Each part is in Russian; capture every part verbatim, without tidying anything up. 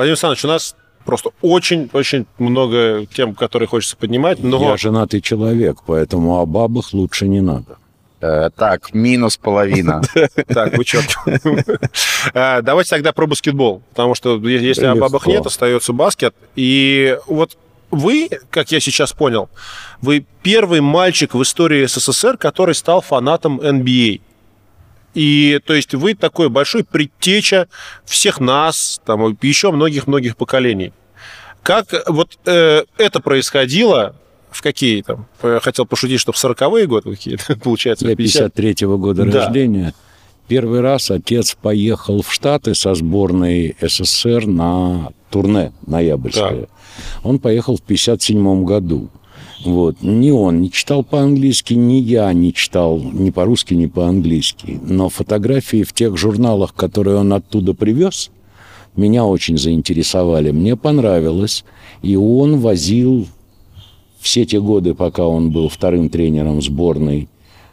Владимир Александрович, у нас просто очень-очень много тем, которые хочется поднимать. Но... Я женатый человек, поэтому о бабах лучше не надо. Э, так, минус половина. Так, вычеркиваем. Давайте тогда про баскетбол. Потому что если о бабах нет, остается баскет. И вот вы, как я сейчас понял, вы первый мальчик в истории СССР, который стал фанатом эн би эй. И, то есть, вы такой большой предтеча всех нас, там, и еще многих-многих поколений. Как вот э, это происходило, в какие там, я хотел пошутить, что в сороковые годы какие-то, получается, я пятьдесят третьего года да. рождения. Первый раз отец поехал в Штаты со сборной СССР на турне ноябрьское. Да. Он поехал в пятьдесят седьмом году. Вот. Ни он не читал по-английски, ни я не читал ни по-русски, ни по-английски. Но фотографии в тех журналах, которые он оттуда привез, меня очень заинтересовали. Мне понравилось. И он возил все те годы, пока он был вторым тренером сборной,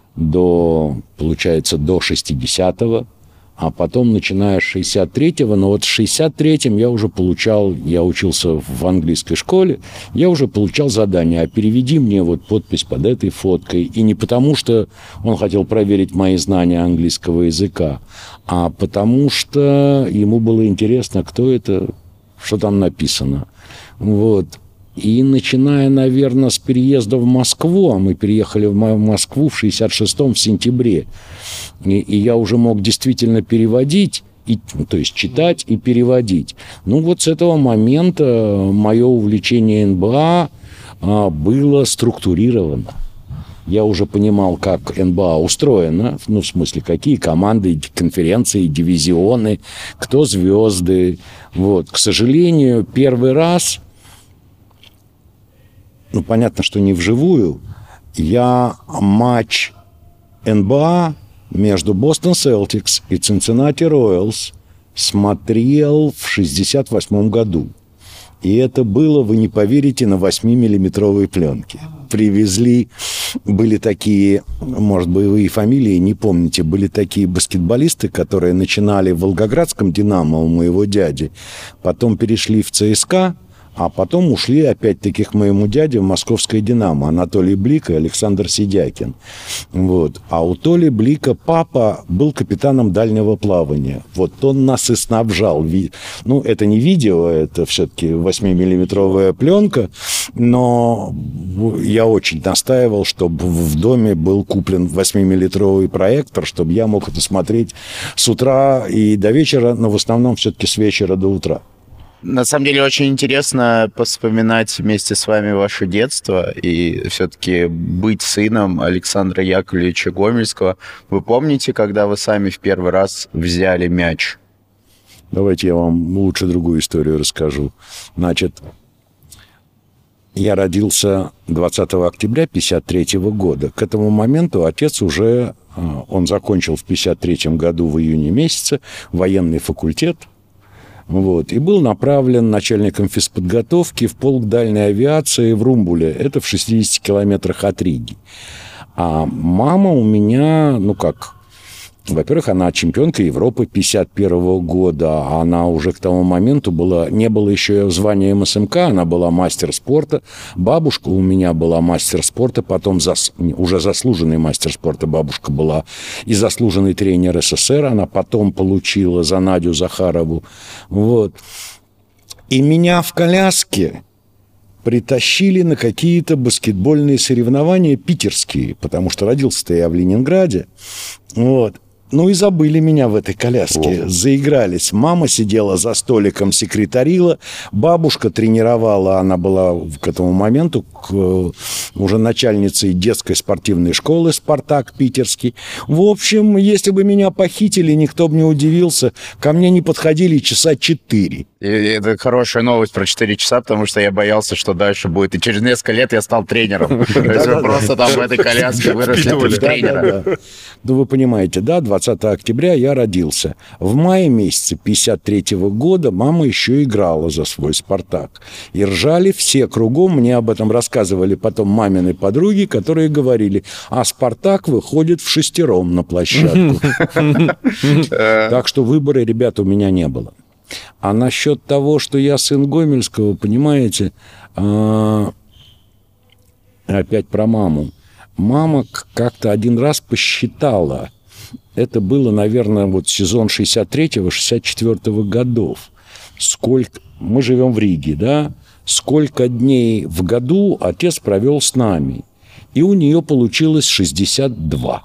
до, получается, до шестидесятого. А потом, начиная с шестьдесят третьего, но вот в шестьдесят третьем я уже получал, я учился в английской школе, я уже получал задание, а переведи мне вот подпись под этой фоткой. И не потому, что он хотел проверить мои знания английского языка, а потому что ему было интересно, кто это, что там написано. Вот. И начиная, наверное, с переезда в Москву, а мы переехали в Москву в шестьдесят шестом в сентябре, и, и я уже мог действительно переводить, и, то есть читать и переводить. Ну вот с этого момента мое увлечение эн бэ а, а было структурировано. Я уже понимал, как эн бэ а устроено, ну, в смысле, какие команды, конференции, дивизионы, кто звезды. Вот. К сожалению, первый раз... Ну, понятно, что не вживую. Я матч эн бэ а между Бостон Селтикс и Цинциннати Роялс смотрел в шестьдесят восьмом году. И это было, вы не поверите, на восьмимиллиметровой пленке. Привезли, были такие, может быть, вы и фамилии не помните, были такие баскетболисты, которые начинали в Волгоградском «Динамо» у моего дяди, потом перешли в цэ эс ка, а потом ушли опять-таки к моему дяде в московское «Динамо». Анатолий Блик и Александр Сидякин. Вот. А у Толи Блика папа был капитаном дальнего плавания. Вот он нас и снабжал. Ну, это не видео, это все-таки восьмимиллиметровая пленка, но я очень настаивал, чтобы в доме был куплен восьмимиллиметровый проектор, чтобы я мог это смотреть с утра и до вечера, но в основном все-таки с вечера до утра. На самом деле очень интересно поспоминать вместе с вами ваше детство и все-таки быть сыном Александра Яковлевича Гомельского. Вы помните, когда вы сами в первый раз взяли мяч? Давайте я вам лучше другую историю расскажу. Значит, я родился двадцатого октября пятьдесят третьего года. К этому моменту отец уже, он закончил в пятьдесят третьем году в июне месяце военный факультет. Вот, и был направлен начальником физподготовки в полк дальней авиации в Румбуле. Это в шестидесяти километрах от Риги. А мама у меня, ну как, во-первых, она чемпионка Европы пятьдесят первого года. Она уже к тому моменту была, не было еще звания эм эс эм ка, она была мастер спорта. Бабушка у меня была мастер спорта, потом зас, уже заслуженный мастер спорта бабушка была и заслуженный тренер эс эс эс эр. Она потом получила за Надю Захарову. Вот. И меня в коляске притащили на какие-то баскетбольные соревнования питерские, потому что родился-то я в Ленинграде. Вот. Ну и забыли меня в этой коляске, О. заигрались. Мама сидела за столиком, секретарила, бабушка тренировала, она была к этому моменту к, уже начальницей детской спортивной школы «Спартак» питерский. В общем, если бы меня похитили, никто бы не удивился, ко мне не подходили часа четыре. И это хорошая новость про четыре часа, потому что я боялся, что дальше будет. И через несколько лет я стал тренером. То есть вы просто там в этой коляске выросли в тренера. Ну, вы понимаете, да, двадцатого октября я родился. В мае месяце пятьдесят третьего года мама еще играла за свой «Спартак». И ржали все кругом, мне об этом рассказывали потом мамины подруги, которые говорили, а «Спартак» выходит в шестером на площадку. Так что выбора, ребята, у меня не было. А насчет того, что я сын Гомельского, понимаете, опять про маму. Мама как-то один раз посчитала, это было, наверное, вот сезон шестьдесят третьего шестьдесят четвёртого годов. Сколько... Мы живем в Риге, да? Сколько дней в году отец провел с нами. И у нее получилось шестьдесят два.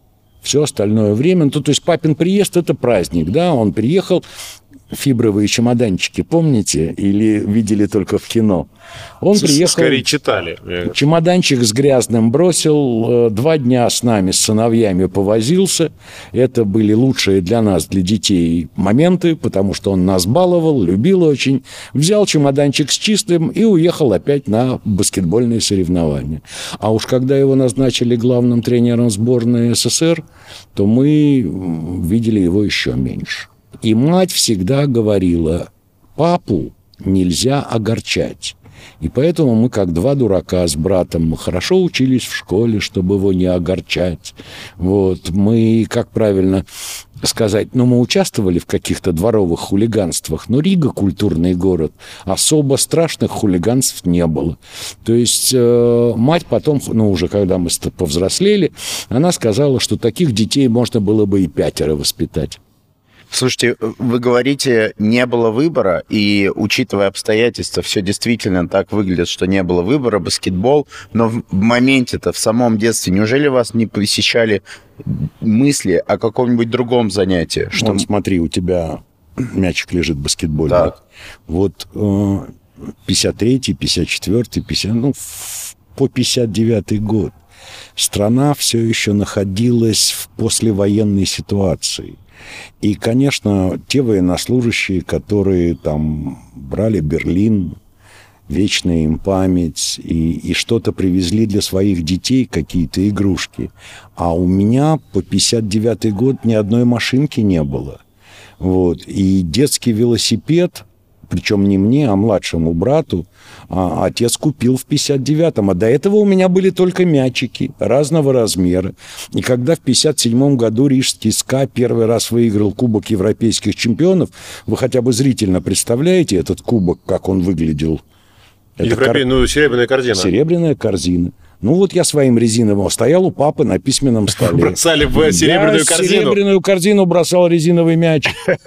Все остальное время... Ну, то есть папин приезд – это праздник, да? Он приехал... Фибровые чемоданчики, помните? Или видели только в кино? Он приехал... Скорее читали. Чемоданчик с грязным бросил, два дня с нами, с сыновьями повозился. Это были лучшие для нас, для детей, моменты, потому что он нас баловал, любил очень. Взял чемоданчик с чистым и уехал опять на баскетбольные соревнования. А уж когда его назначили главным тренером сборной СССР, то мы видели его еще меньше. И мать всегда говорила, папу нельзя огорчать. И поэтому мы, как два дурака с братом, мы хорошо учились в школе, чтобы его не огорчать. Вот. Мы, как правильно сказать, ну, мы участвовали в каких-то дворовых хулиганствах, но Рига – культурный город, особо страшных хулиганств не было. То есть э, мать потом, ну, уже когда мы повзрослели, она сказала, что таких детей можно было бы и пятеро воспитать. Слушайте, вы говорите, не было выбора, и, учитывая обстоятельства, все действительно так выглядит, что не было выбора, баскетбол, но в моменте-то, в самом детстве, неужели вас не посещали мысли о каком-нибудь другом занятии? Что... Вон, смотри, у тебя мячик лежит баскетбольный. Так. Вот пятьдесят третий, пятьдесят четвёртый, пятьдесят, ну, по пятьдесят девятый год страна все еще находилась в послевоенной ситуации. И, конечно, те военнослужащие, которые там брали Берлин, вечная им память, и, и что-то привезли для своих детей, какие-то игрушки. А у меня по пятьдесят девятый год ни одной машинки не было. Вот. И детский велосипед, причем не мне, а младшему брату, а, отец купил в пятьдесят девятом. А до этого у меня были только мячики разного размера. И когда в пятьдесят седьмом году рижский СКА первый раз выиграл Кубок европейских чемпионов, вы хотя бы зрительно представляете этот кубок, как он выглядел? Европей... Кор... Ну, серебряная корзина. Серебряная корзина. Ну, вот я своим резиновым стоял у папы на письменном столе. Бросали в серебряную я корзину? серебряную корзину бросал резиновый мяч.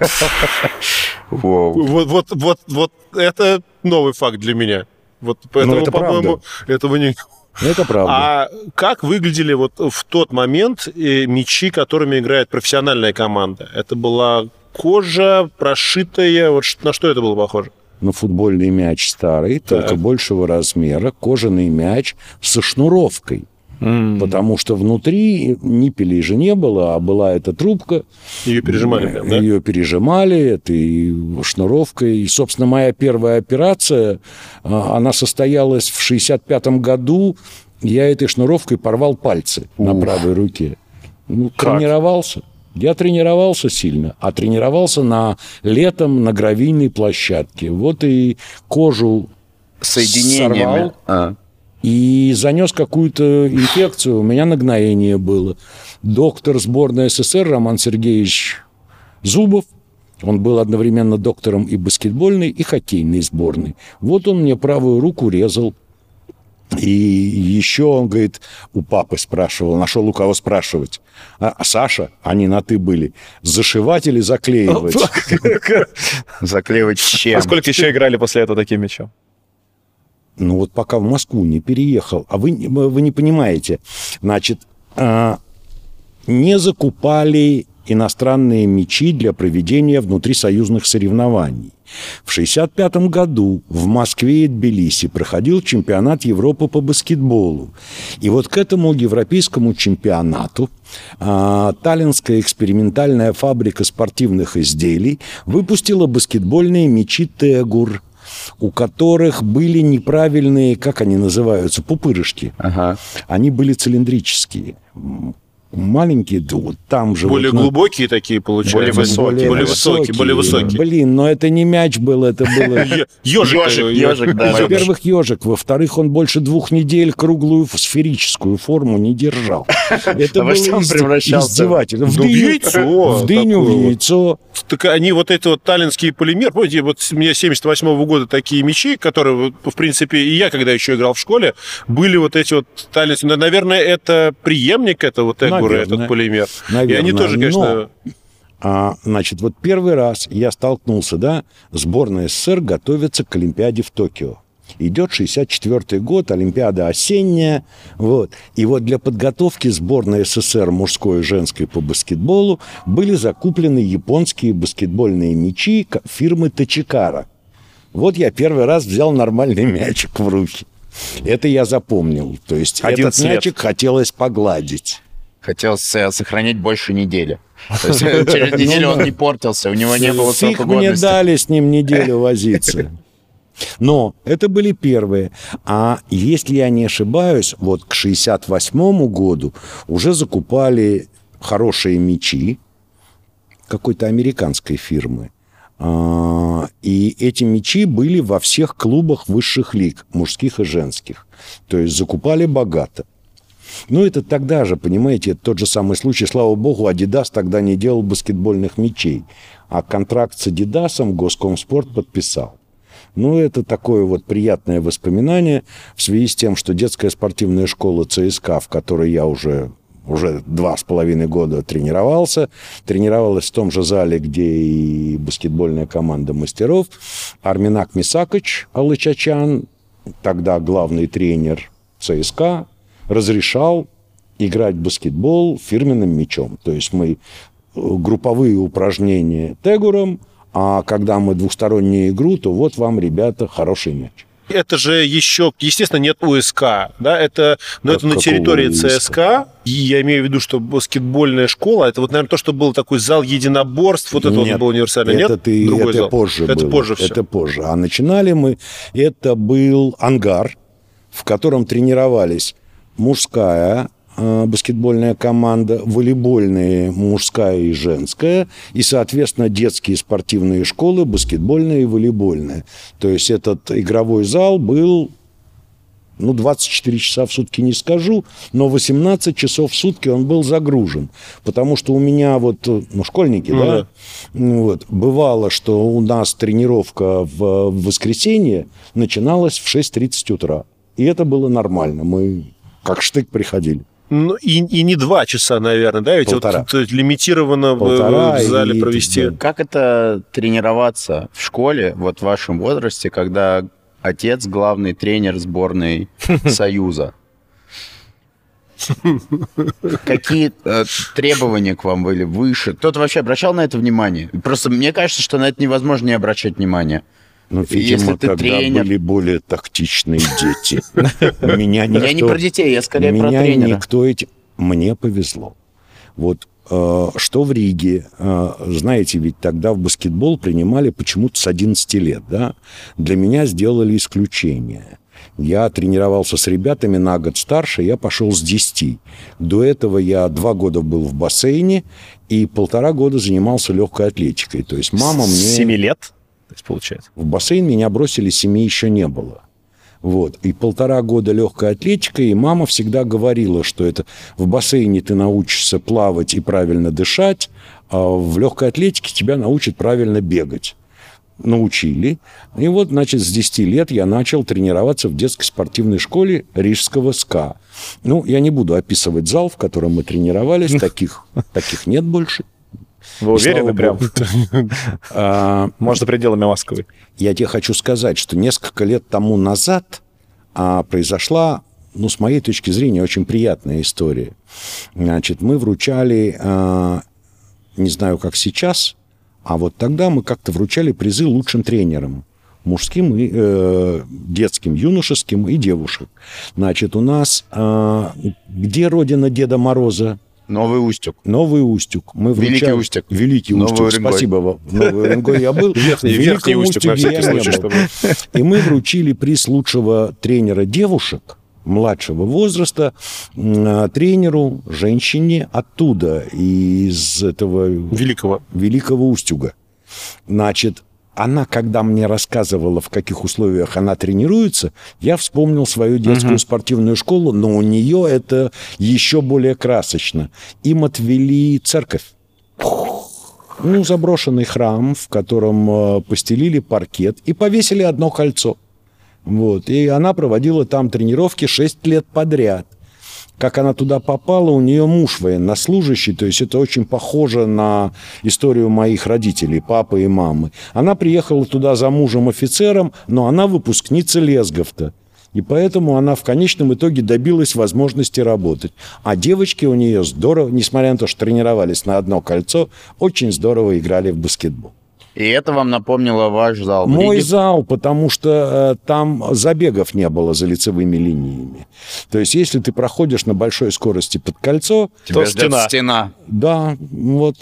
Вот, вот, вот, вот это новый факт для меня. Вот поэтому, это по-моему, этого не... Это правда. А как выглядели вот в тот момент мячи, которыми играет профессиональная команда? Это была кожа прошитая, вот на что это было похоже? На футбольный мяч старый, так. только большего размера, кожаный мяч со шнуровкой. Mm. Потому что внутри ниппелей же не было, а была эта трубка. Ее пережимали прям, да? Ее пережимали, этой шнуровкой. И, собственно, моя первая операция, она состоялась в шестьдесят пятом году. Я этой шнуровкой порвал пальцы Ух. на правой руке. Ну, тренировался. Я тренировался сильно, а тренировался на летом на гравийной площадке. Вот и кожу соединениями. А. И занес какую-то инфекцию. У меня нагноение было. Доктор сборной СССР Роман Сергеевич Зубов, он был одновременно доктором и баскетбольной, и хоккейной сборной. Вот он мне правую руку резал. И еще он, говорит, у папы спрашивал, нашел у кого спрашивать. А, а Саша, они на «ты» были, зашивать или заклеивать? Заклеивать чем? А сколько еще играли после этого таким мячом? Ну вот пока в Москву не переехал. А вы, вы не понимаете. Значит, не закупали иностранные мячи для проведения внутрисоюзных соревнований. В шестьдесят пятом году в Москве и Тбилиси проходил чемпионат Европы по баскетболу. И вот к этому европейскому чемпионату а, Таллинская экспериментальная фабрика спортивных изделий выпустила баскетбольные мячи «Тегур», у которых были неправильные, как они называются, пупырышки. Ага. Они были цилиндрические. маленькие, вот там же... Более вот, глубокие такие, получаются. Более высокие. Более высокие, более высокие. Блин, но это не мяч был, это было... Ежик, ежик, да. Во-первых, ежик. Во-вторых, он больше двух недель круглую сферическую форму не держал. Это было издевательно. В яйцо. В дыню, в яйцо. Так они вот эти вот таллинские полимер, помните, вот у меня семьдесят восьмого года такие мячи, которые, в принципе, и я, когда еще играл в школе, были вот эти вот таллинские. Наверное, это преемник этого Тегура, этот полимер. Наверное, и они тоже, конечно... Но, а, значит, вот первый раз я столкнулся, да, сборная СССР готовится к Олимпиаде в Токио. Идет шестьдесят четвёртый год, Олимпиада осенняя, вот. И вот для подготовки сборной СССР мужской и женской по баскетболу были закуплены японские баскетбольные мячи фирмы Тачикара. Вот я первый раз взял нормальный мячик в руки. Это я запомнил. То есть этот мячик хотелось погладить. Хотелось сохранять больше недели. То есть через неделю он не портился, у него не было срока годности. Фиг мне дали с ним неделю возиться. Но это были первые. А если я не ошибаюсь, вот к шестьдесят восьмому году уже закупали хорошие мячи какой-то американской фирмы. И эти мячи были во всех клубах высших лиг, мужских и женских. То есть закупали богато. Ну, это тогда же, понимаете, это тот же самый случай. Слава богу, Adidas тогда не делал баскетбольных мячей. А контракт с Адидасом Госкомспорт подписал. Ну, это такое вот приятное воспоминание в связи с тем, что детская спортивная школа ЦСКА, в которой я уже, уже два с половиной года тренировался, тренировалась в том же зале, где и баскетбольная команда мастеров, Арминак Мисакыч Алычачан, тогда главный тренер ЦСКА, разрешал играть в баскетбол фирменным мячом. То есть мы групповые упражнения Тегуром, а когда мы двухстороннюю игру, то вот вам, ребята, хороший мяч. Это же еще, естественно, нет УСК, да, это, но как, это на территории ЦСКА, и я имею в виду, что баскетбольная школа, это вот, наверное, то, что был такой зал единоборств, вот это нет, вот был универсальный, это нет? Ты, Другой это зал. позже это было. позже все. Это позже. А начинали мы, это был ангар, в котором тренировались мужская баскетбольная команда, волейбольная мужская и женская, и, соответственно, детские спортивные школы, баскетбольная и волейбольная. То есть этот игровой зал был, ну, двадцать четыре часа в сутки не скажу, но восемнадцать часов в сутки он был загружен. Потому что у меня вот, ну, школьники, ну, да, да. Вот, бывало, что у нас тренировка в, в воскресенье начиналась в шесть тридцать утра. И это было нормально. Мы как штык приходили. Ну, и, и не два часа, наверное, да? Ведь Полтора. Вот, то есть лимитированно Полтора в зале и... провести. Да. Как это тренироваться в школе, вот в вашем возрасте, когда отец главный тренер сборной Союза? Какие э, требования к вам были выше? Кто-то вообще обращал на это внимание? Просто мне кажется, что на это невозможно не обращать внимания. Ну, видимо, тогда тренер... были более тактичные дети. Меня никто... Я не про детей, я скорее про тренера. Меня никто эти... Мне повезло. Вот э, что в Риге, э, знаете, ведь тогда в баскетбол принимали почему-то с одиннадцати лет, да? Для меня сделали исключение. Я тренировался с ребятами на год старше, я пошел с десяти. До этого я два года был в бассейне и полтора года занимался легкой атлетикой. То есть мама мне... С семи лет? То есть получается. В бассейн меня бросили, семи еще не было. Вот. И полтора года легкой атлетикой, и мама всегда говорила, что это в бассейне ты научишься плавать и правильно дышать, а в легкой атлетике тебя научат правильно бегать. Научили. И вот, значит, с десяти лет я начал тренироваться в детской спортивной школе Рижского СКА. Ну, я не буду описывать зал, в котором мы тренировались, таких, таких нет больше. Вы уверены прям? А, Может, за пределами Москвы? Я тебе хочу сказать, что несколько лет тому назад а, произошла, ну, с моей точки зрения, очень приятная история. Значит, мы вручали, а, не знаю, как сейчас, а вот тогда мы как-то вручали призы лучшим тренерам. Мужским, и, э, детским, юношеским и девушек. Значит, у нас... А, где родина Деда Мороза? Новый Устюг. Новый Устюг. Мы вручали... Великий Устюг. Великий Устюг. Спасибо вам. Новый Уренгой я был. Верхний, верхний Устюг, на всякий случай. И мы вручили приз лучшего тренера девушек младшего возраста, тренеру, женщине оттуда, из этого... Великого. Великого Устюга. Значит, она, когда мне рассказывала, в каких условиях она тренируется, я вспомнил свою детскую угу. спортивную школу, но у нее это еще более красочно. Им отвели церковь. Ну, заброшенный храм, в котором постелили паркет и повесили одно кольцо. Вот. И она проводила там тренировки шесть лет подряд. Как она туда попала, у нее муж военнослужащий, то есть это очень похоже на историю моих родителей, папы и мамы. Она приехала туда за мужем-офицером, но она выпускница Лесговта. И поэтому она в конечном итоге добилась возможности работать. А девочки у нее здорово, несмотря на то, что тренировались на одно кольцо, очень здорово играли в баскетбол. И это вам напомнило ваш зал? Мой зал, потому что э, там забегов не было за лицевыми линиями. То есть, если ты проходишь на большой скорости под кольцо... Тебя то ждет стена. стена. Да, вот.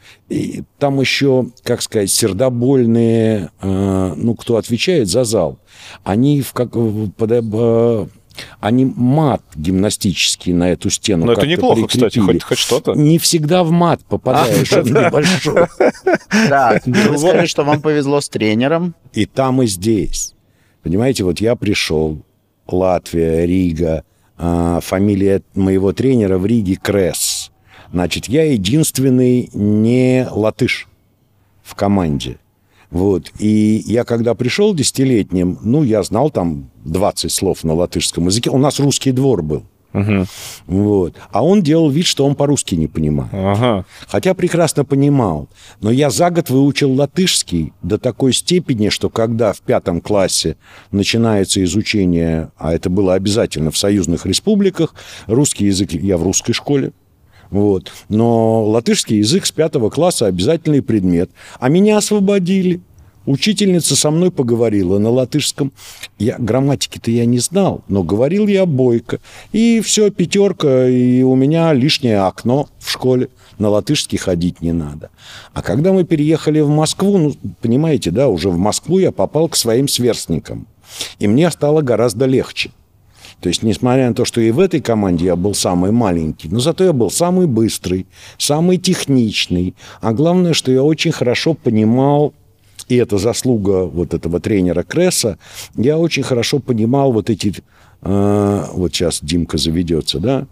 И там еще, как сказать, сердобольные, э, ну, кто отвечает за зал, они в как... Под, э, они мат гимнастический на эту стену. Но это неплохо, прикрепили. Кстати, хоть, хоть что-то. Не всегда в мат попадаешь, он небольшой. Так, вы сказали, что вам повезло с тренером. И там, и здесь. Понимаете, вот я пришел, Латвия, Рига, фамилия моего тренера в Риге Кресс. Значит, я единственный не латыш в команде. Вот. И я когда пришел десятилетним, ну, я знал там двадцать слов на латышском языке. У нас русский двор был. Угу. Вот. А он делал вид, что он по-русски не понимает. Ага. Хотя прекрасно понимал. Но я за год выучил латышский до такой степени, что когда в пятом классе начинается изучение, а это было обязательно в союзных республиках, русский язык, я в русской школе, вот. Но латышский язык с пятого класса обязательный предмет. А меня освободили. Учительница со мной поговорила на латышском. Я, грамматики-то я не знал, но говорил я бойко. И все, пятерка, и у меня лишнее окно в школе. На латышский ходить не надо. А когда мы переехали в Москву, ну, понимаете, да, уже в Москву я попал к своим сверстникам. И мне стало гораздо легче. То есть, несмотря на то, что и в этой команде я был самый маленький, но зато я был самый быстрый, самый техничный. А главное, что я очень хорошо понимал, и это заслуга вот этого тренера Кресса, я очень хорошо понимал вот эти, э, вот сейчас Димка заведется, да,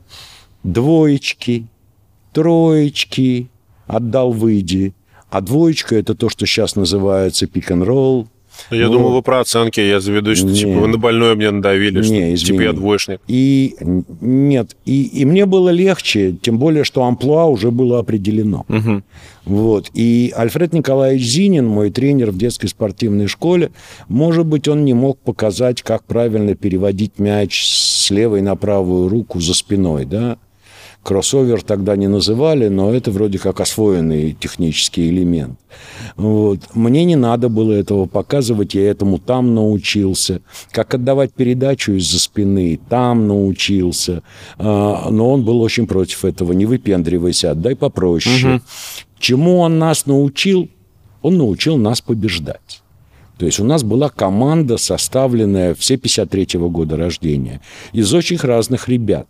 двоечки, троечки, отдал, выйди. А двоечка – это то, что сейчас называется пик-н-ролл. Я ну, думал, вы про оценки, я заведусь, что, типа, вы на больное мне надавили, не, что, типа, я двоечник. И нет, и, и мне было легче, тем более, что амплуа уже было определено. Угу. Вот. И Альфред Николаевич Зинин, мой тренер в детской спортивной школе, может быть, он не мог показать, как правильно переводить мяч с левой на правую руку за спиной, да. Кроссовер тогда не называли, но это вроде как освоенный технический элемент. Вот. Мне не надо было этого показывать, я этому там научился. Как отдавать передачу из-за спины, там научился. Но он был очень против этого. Не выпендривайся, отдай попроще. Угу. Чему он нас научил? Он научил нас побеждать. То есть у нас была команда, составленная, все пятьдесят третьего года рождения, из очень разных ребят.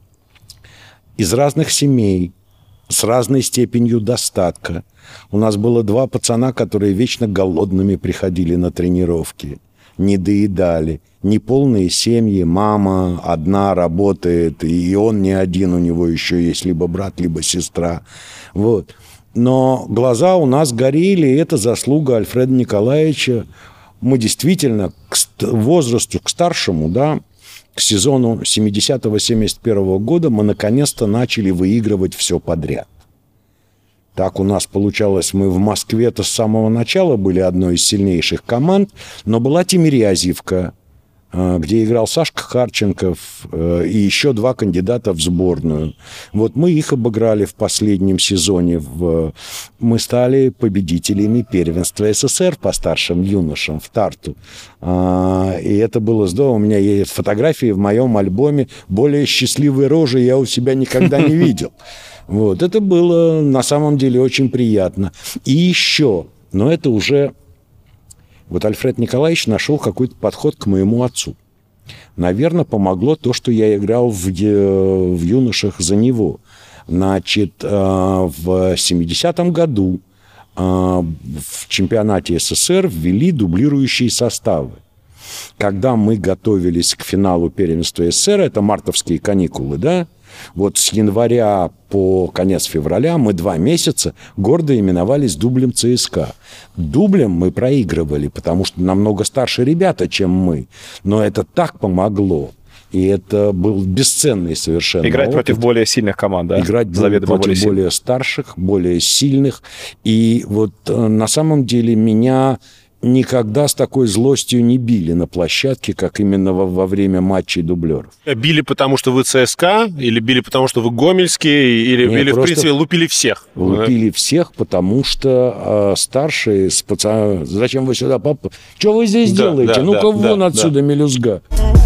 Из разных семей, с разной степенью достатка. У нас было два пацана, которые вечно голодными приходили на тренировки, не доедали. Неполные семьи, мама одна работает, и он не один, у него еще есть либо брат, либо сестра. Вот. Но глаза у нас горели, и это заслуга Альфреда Николаевича. Мы действительно к возрасту, к старшему, да, к сезону семидесятого семьдесят первого года мы наконец-то начали выигрывать все подряд. Так у нас получалось, мы в Москве-то с самого начала были одной из сильнейших команд, но была Тимирязевка, где играл Сашка Харченков и еще два кандидата в сборную. Вот мы их обыграли в последнем сезоне. В... Мы стали победителями первенства СССР по старшим юношам в Тарту. И это было здорово. У меня есть фотографии в моем альбоме. Более счастливой рожи я у себя никогда не видел. Вот. Это было на самом деле очень приятно. И еще, но это уже... Вот Альфред Николаевич нашел какой-то подход к моему отцу. Наверное, помогло то, что я играл в, в юношах за него. Значит, в семидесятом году в чемпионате СССР ввели дублирующие составы. Когда мы готовились к финалу первенства СССР, это мартовские каникулы, да, вот с января по конец февраля мы два месяца гордо именовались дублем ЦСКА. Дублем мы проигрывали, потому что намного старше ребята, чем мы. Но это так помогло. И это был бесценный совершенно Играть опыт. против более сильных команд, да? Играть против более, более старших, более сильных. И вот на самом деле меня никогда с такой злостью не били на площадке, как именно во, во время матчей дублеров. Били потому, что вы ЦСКА? Или били потому, что вы гомельские? Или, Нет, или в принципе, лупили всех? Лупили всех, потому что э, старшие с пацанами... Зачем вы сюда, папа? Что вы здесь да, делаете? Да, Ну-ка, да, вон да, отсюда, да. мелюзга.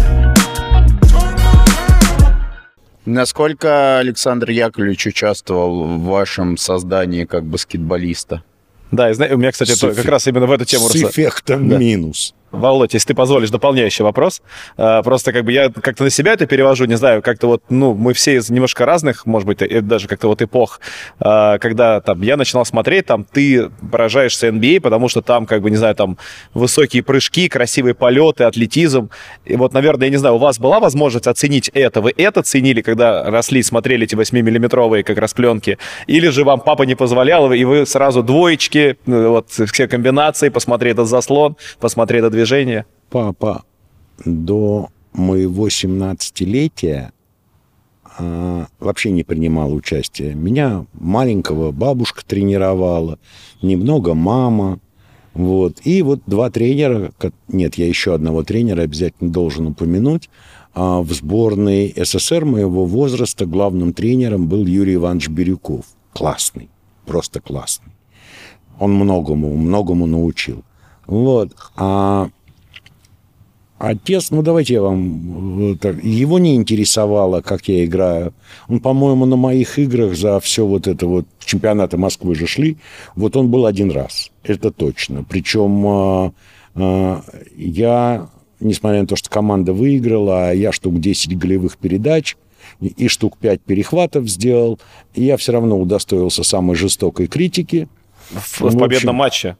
Насколько Александр Яковлевич участвовал в вашем создании как баскетболиста? Да, и, у меня, кстати, это, как раз именно в эту тему... С эффектом да. минус. Володь, если ты позволишь, дополняющий вопрос. Просто как бы я как-то на себя это перевожу, не знаю, как-то вот, ну, мы все из немножко разных, может быть, даже как-то вот эпох, когда там я начинал смотреть, там ты поражаешься эн би эй, потому что там, как бы, не знаю, там высокие прыжки, красивые полеты, атлетизм. И вот, наверное, я не знаю, у вас была возможность оценить это? Вы это ценили, когда росли, смотрели эти восьмимиллиметровые как раз пленки? Или же вам папа не позволял, и вы сразу двоечки, вот все комбинации, посмотри этот заслон, посмотри это движение? Папа до моего семнадцатилетия а, вообще не принимал участия. Меня маленького бабушка тренировала, немного мама. Вот. И вот два тренера, нет, я еще одного тренера обязательно должен упомянуть. А в сборной СССР моего возраста главным тренером был Юрий Иванович Бирюков. Классный, просто классный. Он многому, многому научил. Вот. А отец, ну давайте я вам... Его не интересовало, как я играю. Он, по-моему, на моих играх за все вот это вот... Чемпионаты Москвы же шли. Вот он был один раз. Это точно. Причем я, несмотря на то, что команда выиграла, я штук десять голевых передач и штук пять перехватов сделал, я все равно удостоился самой жестокой критики. В, в победном матче?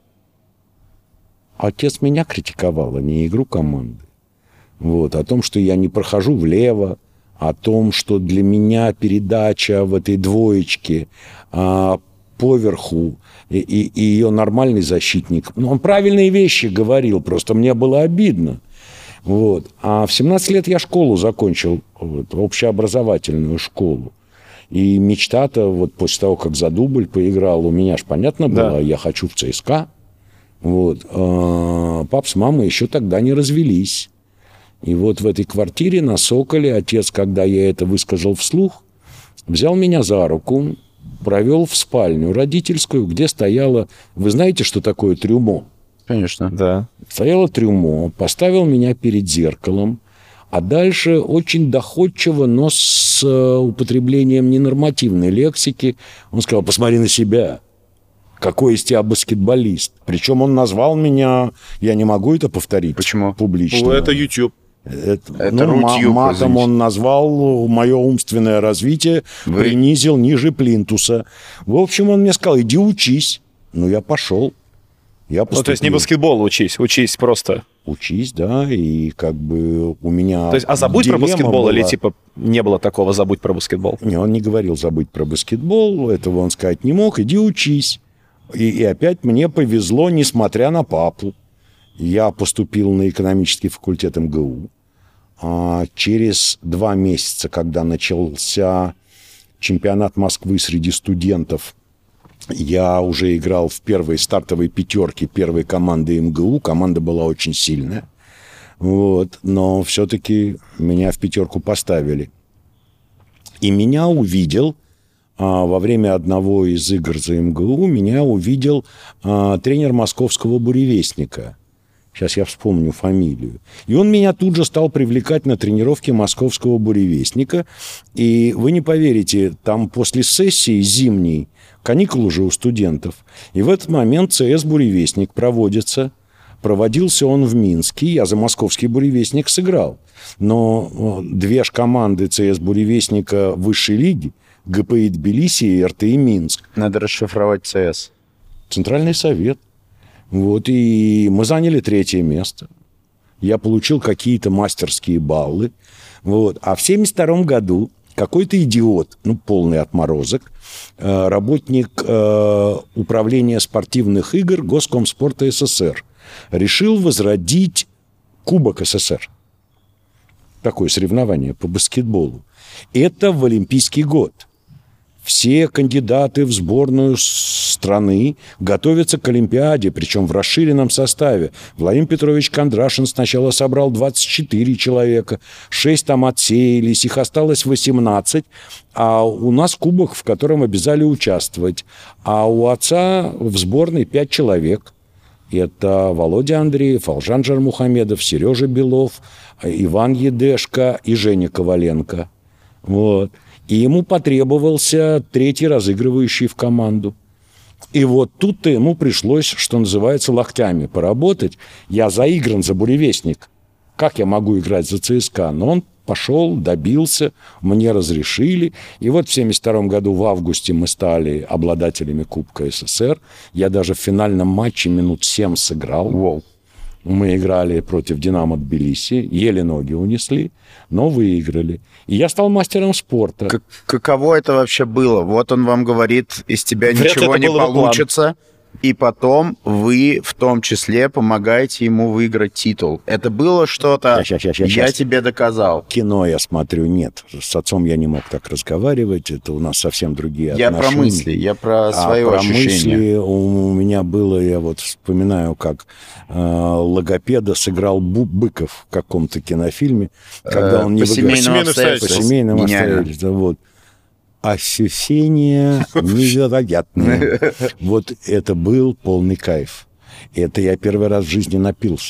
Отец меня критиковал, а не игру команды. Вот, о том, что я не прохожу влево, о том, что для меня передача в этой двоечке а, поверху и, и, и ее нормальный защитник. Ну, он правильные вещи говорил, просто мне было обидно. Вот. А в семнадцать лет я школу закончил, вот, общеобразовательную школу. И мечта-то, вот после того, как за дубль поиграл, у меня ж понятно было, да. я хочу в ЦСКА. Вот. А пап с мамой еще тогда не развелись. И вот в этой квартире на Соколе отец, когда я это высказал вслух, взял меня за руку, провел в спальню родительскую, где стояло... Вы знаете, что такое трюмо? Конечно. Да. Стояло трюмо, поставил меня перед зеркалом, а дальше очень доходчиво, но с употреблением ненормативной лексики, он сказал: посмотри на себя. Какой из тебя баскетболист. Причем он назвал меня... Я не могу это повторить. Почему? Публично. Ну, это YouTube. Это, это ну, рутью, матом извините. Он назвал мое умственное развитие, Вы... принизил ниже плинтуса. В общем, он мне сказал: иди учись. Ну, я пошел. Я ну, то есть не баскетбол учись, учись просто. Учись, да, и как бы у меня... То есть, а забудь про баскетбол была... или типа не было такого забудь про баскетбол? Не, он не говорил забудь про баскетбол, этого он сказать не мог, иди учись. И, и опять мне повезло, несмотря на папу. Я поступил на экономический факультет эм гэ у. А через два месяца, когда начался чемпионат Москвы среди студентов, я уже играл в первой стартовой пятерке первой команды эм гэ у. Команда была очень сильная. Вот. Но все-таки меня в пятерку поставили. И меня увидел... А во время одного из игр за эм гэ у меня увидел а, тренер московского «Буревестника». Сейчас я вспомню фамилию. И он меня тут же стал привлекать на тренировки московского «Буревестника». И вы не поверите, там после сессии зимней, каникул уже у студентов, и в этот момент ЦС «Буревестник» проводится, Проводился он в Минске, я за московский «Буревестник» сыграл. Но две ж команды ЦС «Буревестника» высшей лиги, ГПИ Тбилиси и РТИ Минск. Надо расшифровать ЦС. Центральный совет. Вот, и мы заняли третье место. Я получил какие-то мастерские баллы. Вот. А в семьдесят втором году какой-то идиот, ну, полный отморозок, работник управления спортивных игр Госкомспорта СССР, решил возродить Кубок СССР. Такое соревнование по баскетболу. Это в Олимпийский год. Все кандидаты в сборную страны готовятся к Олимпиаде, причем в расширенном составе. Владимир Петрович Кондрашин сначала собрал двадцать четыре человека, шесть там отсеялись, их осталось восемнадцать, а у нас кубок, в котором обязали участвовать. А у отца в сборной пять человек. Это Володя Андреев, Алжан Жармухамедов, Сережа Белов, Иван Едешко и Женя Коваленко. Вот. И ему потребовался третий разыгрывающий в команду. И вот тут-то ему пришлось, что называется, локтями поработать. Я заигран за «Буревестник». Как я могу играть за ЦСКА? Но он пошел, добился, мне разрешили. И вот в семьдесят втором году в августе мы стали обладателями Кубка СССР. Я даже в финальном матче минут семь сыграл. Wow. Мы играли против «Динамо Тбилиси», еле ноги унесли, но выиграли. И я стал мастером спорта. Как, каково это вообще было? Вот он вам говорит, из тебя Вряд ничего не получится, и потом вы в том числе помогаете ему выиграть титул. Это было что-то, щас, щас, щас, я щас. тебе доказал. Кино я смотрю, нет. С отцом я не мог так разговаривать, это у нас совсем другие я отношения. Я про мысли, я про свои а ощущения. Про мысли у меня было, я вот вспоминаю, как э, логопеда сыграл Быков в каком-то кинофильме, когда э, он не по семейным обстоятельствам. По семейным обстоятельствам, вот. Ощущения невероятные. Вот это был полный кайф. Это я первый раз в жизни напился.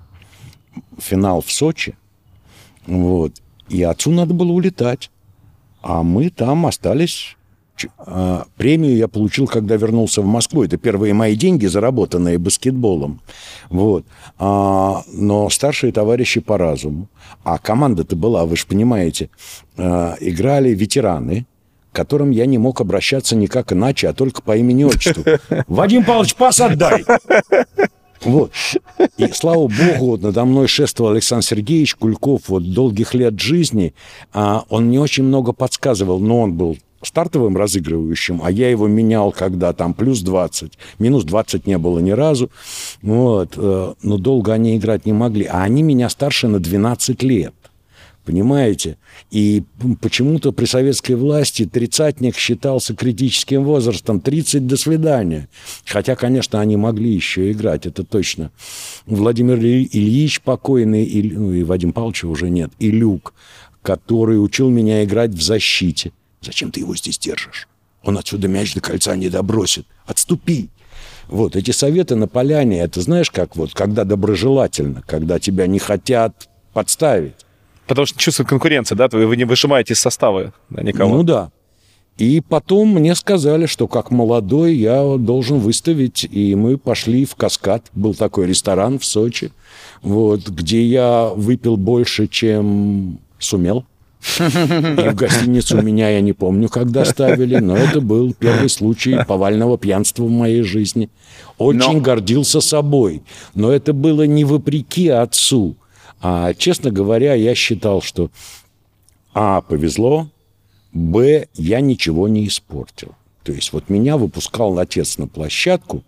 Финал в Сочи. Вот. И отцу надо было улетать. А мы там остались. Премию я получил, когда вернулся в Москву. Это первые мои деньги, заработанные баскетболом. Вот. А, но старшие товарищи по разуму. А команда-то была, вы же понимаете, играли ветераны, к которым я не мог обращаться никак иначе, а только по имени-отчеству. Вадим Павлович, пас отдай! Вот. И, слава богу, надо мной шествовал Александр Сергеевич Кульков, вот, долгих лет жизни. А он мне очень много подсказывал, но он был стартовым разыгрывающим, а я его менял, когда там плюс двадцать. Минус двадцать не было ни разу. Вот. Но долго они играть не могли. А они меня старше на двенадцать лет. Понимаете? И почему-то при советской власти тридцатник считался критическим возрастом. тридцать до свидания. Хотя, конечно, они могли еще играть, это точно. Владимир Ильич покойный, и, ну и Вадим Павлович уже нет, и Люк, который учил меня играть в защите. Зачем ты его здесь держишь? Он отсюда мяч до кольца не добросит. Отступи. Вот эти советы на поляне, это знаешь, как вот, когда доброжелательно, когда тебя не хотят подставить. Потому что чувствует конкуренция, да? Вы не выжимаете из состава да, никого. Ну да. И потом мне сказали, что как молодой я должен выставить, и мы пошли в «Каскад». Был такой ресторан в Сочи, вот, где я выпил больше, чем сумел. И в гостиницу меня, я не помню, когда ставили, но это был первый случай повального пьянства в моей жизни. Очень но... гордился собой. Но это было не вопреки отцу. А, честно говоря, я считал, что а, повезло, б, я ничего не испортил. То есть вот меня выпускал отец на площадку.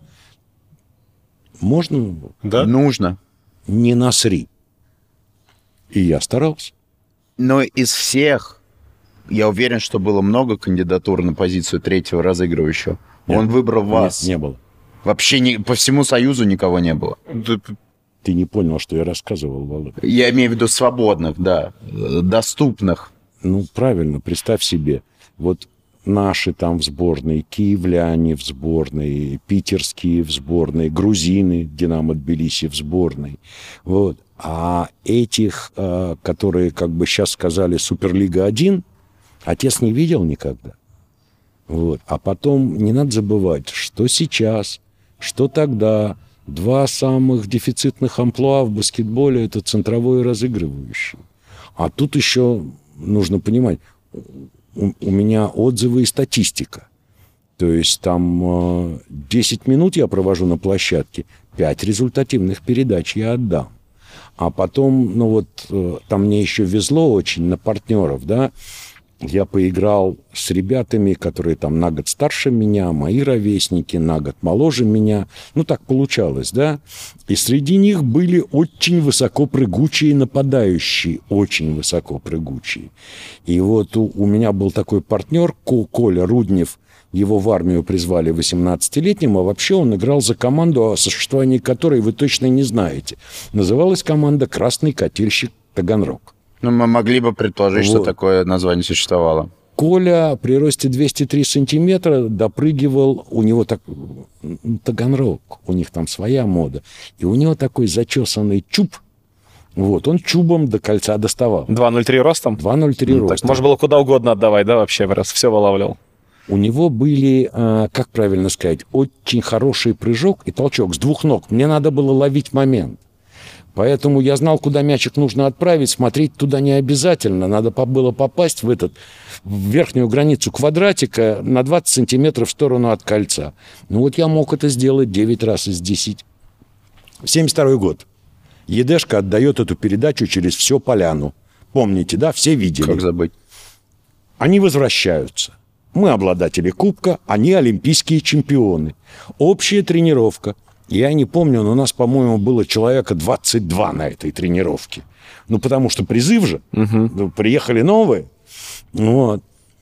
Можно? Да. Нужно. Не насри. И я старался. Но из всех, я уверен, что было много кандидатур на позицию третьего разыгрывающего. Нет, он выбрал вас. Нет, не было. Вообще не, по всему Союзу никого не было. Ты не понял, что я рассказывал, Володя. Я имею в виду свободных, да, доступных. Ну, правильно, представь себе. Вот наши там в сборной, киевляне в сборной, питерские в сборной, грузины, Динамо Тбилиси в сборной. Вот. А этих, которые, как бы сейчас сказали, Суперлига один, отец не видел никогда. Вот. А потом не надо забывать, что сейчас, что тогда Два самых дефицитных амплуа в баскетболе – это центровой и разыгрывающий. А тут еще нужно понимать, у, у меня отзывы и статистика. То есть там десять минут я провожу на площадке, пять результативных передач я отдам. А потом, ну вот, там мне еще везло очень на партнеров, да. Я поиграл с ребятами, которые там на год старше меня, мои ровесники, на год моложе меня. Ну, так получалось, да. И среди них были очень высокопрыгучие нападающие, очень высокопрыгучие. И вот у, у меня был такой партнер, Коля Руднев. Его в армию призвали восемнадцатилетним, а вообще он играл за команду, о существовании которой вы точно не знаете. Называлась команда «Красный котельщик Таганрог». Ну, мы могли бы предположить, вот, что такое название существовало. Коля при росте двести три сантиметра допрыгивал, у него так... Таганрог, у них там своя мода. И у него такой зачесанный чуб. Вот, он чубом до кольца доставал. два ноль три ростом? два ноль три ну, ростом. Можно было куда угодно отдавать, да, вообще, раз все вылавливал. У него были, как правильно сказать, очень хороший прыжок и толчок с двух ног. Мне надо было ловить момент. Поэтому я знал, куда мячик нужно отправить, смотреть туда не обязательно. Надо было попасть в, этот, в верхнюю границу квадратика на двадцать сантиметров в сторону от кольца. Ну вот я мог это сделать девять раз из десяти. семьдесят второй год. Едешка отдает эту передачу через всю поляну. Помните, да? Все видели. Как забыть? Они возвращаются. Мы обладатели кубка, они олимпийские чемпионы. Общая тренировка. Я не помню, но у нас, по-моему, было человека двадцать два на этой тренировке. Ну, потому что призыв же. Угу. Приехали новые. Вот.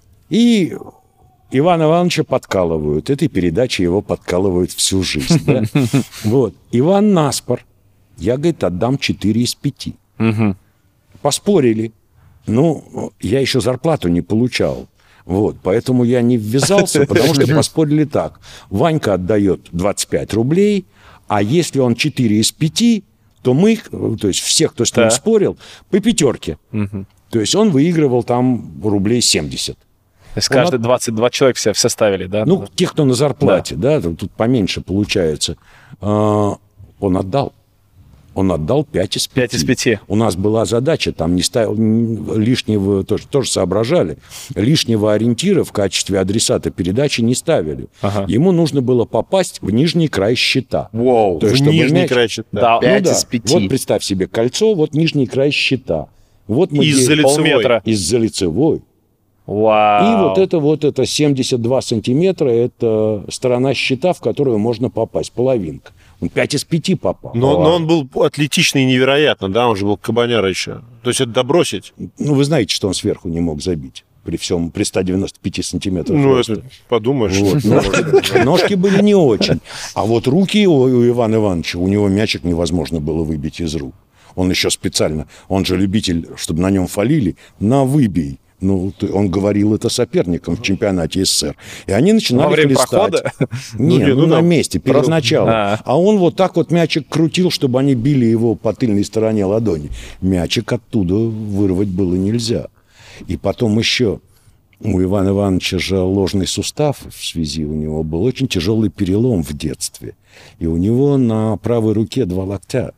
И Ивана Ивановича подкалывают. Этой передачей его подкалывают всю жизнь. Да? Вот. Иван наспор. Я, говорит, отдам четыре из пяти. Угу. Поспорили. Ну, я еще зарплату не получал. Вот, поэтому я не ввязался, потому что поспорили так. Ванька отдает двадцать пять рублей, а если он четыре из пяти, то мы, то есть все, кто с ним да. спорил, по пятерке. Угу. То есть он выигрывал там рублей семьдесят. То есть каждый от... двадцать два человека все, все ставили, да? Ну, те, кто на зарплате, да, да тут поменьше получается. Он отдал. Он отдал пять из пяти. пять из пяти. У нас была задача, там не ставил лишнего, тоже, тоже соображали, лишнего ориентира в качестве адресата передачи не ставили. Ага. Ему нужно было попасть в нижний край щита. Вау, то есть, в нижний мяч... край щита. Да, пять ну, да. из пяти. Вот представь себе кольцо, вот нижний край щита. Вот мы из-за лицевой. Из-за лицевой. Вау. И вот это вот это семьдесят два сантиметра, это сторона щита, в которую можно попасть, половинка. Он пять из пяти попал. Но, но он был атлетичный и невероятно, да, он же был кабаняра еще. То есть это добросить. Ну, вы знаете, что он сверху не мог забить при всем, при ста девяноста пяти сантиметрах. Ну, роста. Это подумаешь. Вот. Ножки, ножки были не очень. А вот руки у, у Ивана Ивановича, у него мячик невозможно было выбить из рук. Он еще специально, он же любитель, чтобы на нем фалили, на выбей. Ну, он говорил это соперникам в чемпионате СССР. И они начинали во время хлестать. прохода? Не, ну, ну на месте, перед Просто... началом. А. а он вот так вот мячик крутил, чтобы они били его по тыльной стороне ладони. Мячик оттуда вырвать было нельзя. И потом еще у Ивана Ивановича же ложный сустав в связи, у него был очень тяжелый перелом в детстве. И у него на правой руке два локтя.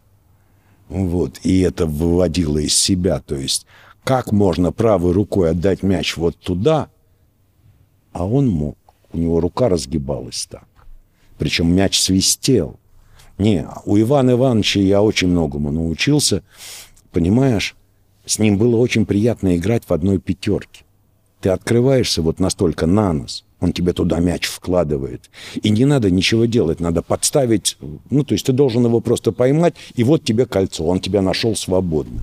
Вот. И это выводило из себя. То есть как можно правой рукой отдать мяч вот туда, а он мог. У него рука разгибалась так. Причем мяч свистел. Не, у Ивана Ивановича я очень многому научился. Понимаешь, с ним было очень приятно играть в одной пятерке. Ты открываешься вот настолько на нос, он тебе туда мяч вкладывает. И не надо ничего делать, надо подставить. Ну, то есть ты должен его просто поймать, и вот тебе кольцо, он тебя нашел свободным.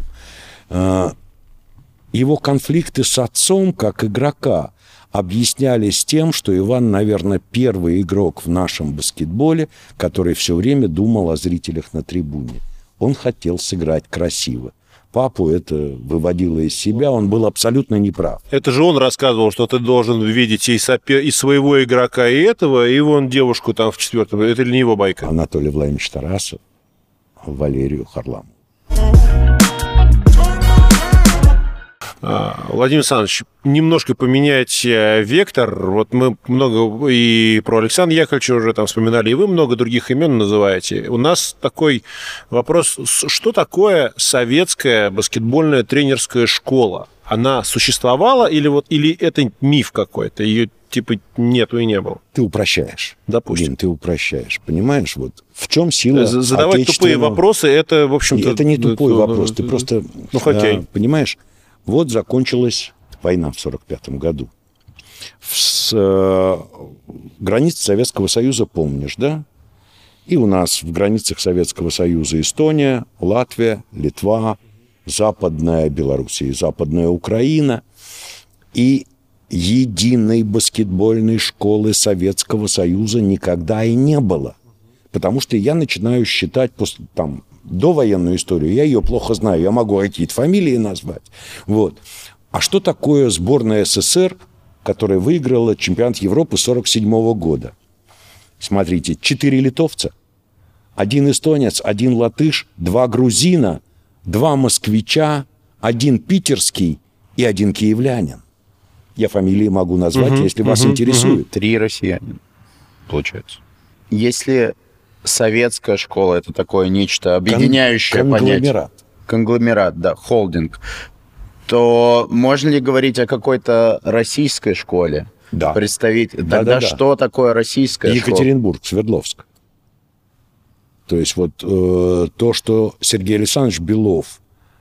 Его конфликты с отцом, как игрока, объяснялись тем, что Иван, наверное, первый игрок в нашем баскетболе, который все время думал о зрителях на трибуне. Он хотел сыграть красиво. Папу это выводило из себя, он был абсолютно неправ. Это же он рассказывал, что ты должен видеть и, сопер... и своего игрока, и этого, и вон девушку там в четвертом. Это ли не его байка? Анатолий Владимирович Тарасов, Валерию Харламову. Владимир Александрович, немножко поменять вектор. Вот мы много и про Александра Яковлевича уже там вспоминали, и вы много других имен называете. У нас такой вопрос, что такое советская баскетбольная тренерская школа? Она существовала или, вот, или это миф какой-то? Ее типа нету и не было? Ты упрощаешь. Допустим. Дим, ты упрощаешь. Понимаешь, вот в чем сила задавать тупые вопросы, это, в общем-то... Это не тупой это, вопрос, ты просто... Ну, хоккей. А, понимаешь, вот закончилась война в сорок пятом году. С э, границ Советского Союза помнишь, да? И у нас в границах Советского Союза Эстония, Латвия, Литва, Западная Белоруссия и Западная Украина. И единой баскетбольной школы Советского Союза никогда и не было. Потому что я начинаю считать после, там, довоенную историю, я ее плохо знаю, я могу какие-то фамилии назвать. Вот. А что такое сборная СССР, которая выиграла чемпионат Европы сорок седьмого года? Смотрите, четыре литовца, один эстонец, один латыш, два грузина, два москвича, один питерский и один киевлянин. Я фамилии могу назвать, угу, если угу, вас интересует. Угу. Три россиянина, получается. Если советская школа — это такое нечто объединяющее Кон- понятие. Конгломерат. Конгломерат, да, холдинг. То можно ли говорить о какой-то российской школе? Да. Представить. Да, Тогда да, да. что такое российская Екатеринбург, школа? Свердловск. То есть вот э, то, что Сергей Александрович Белов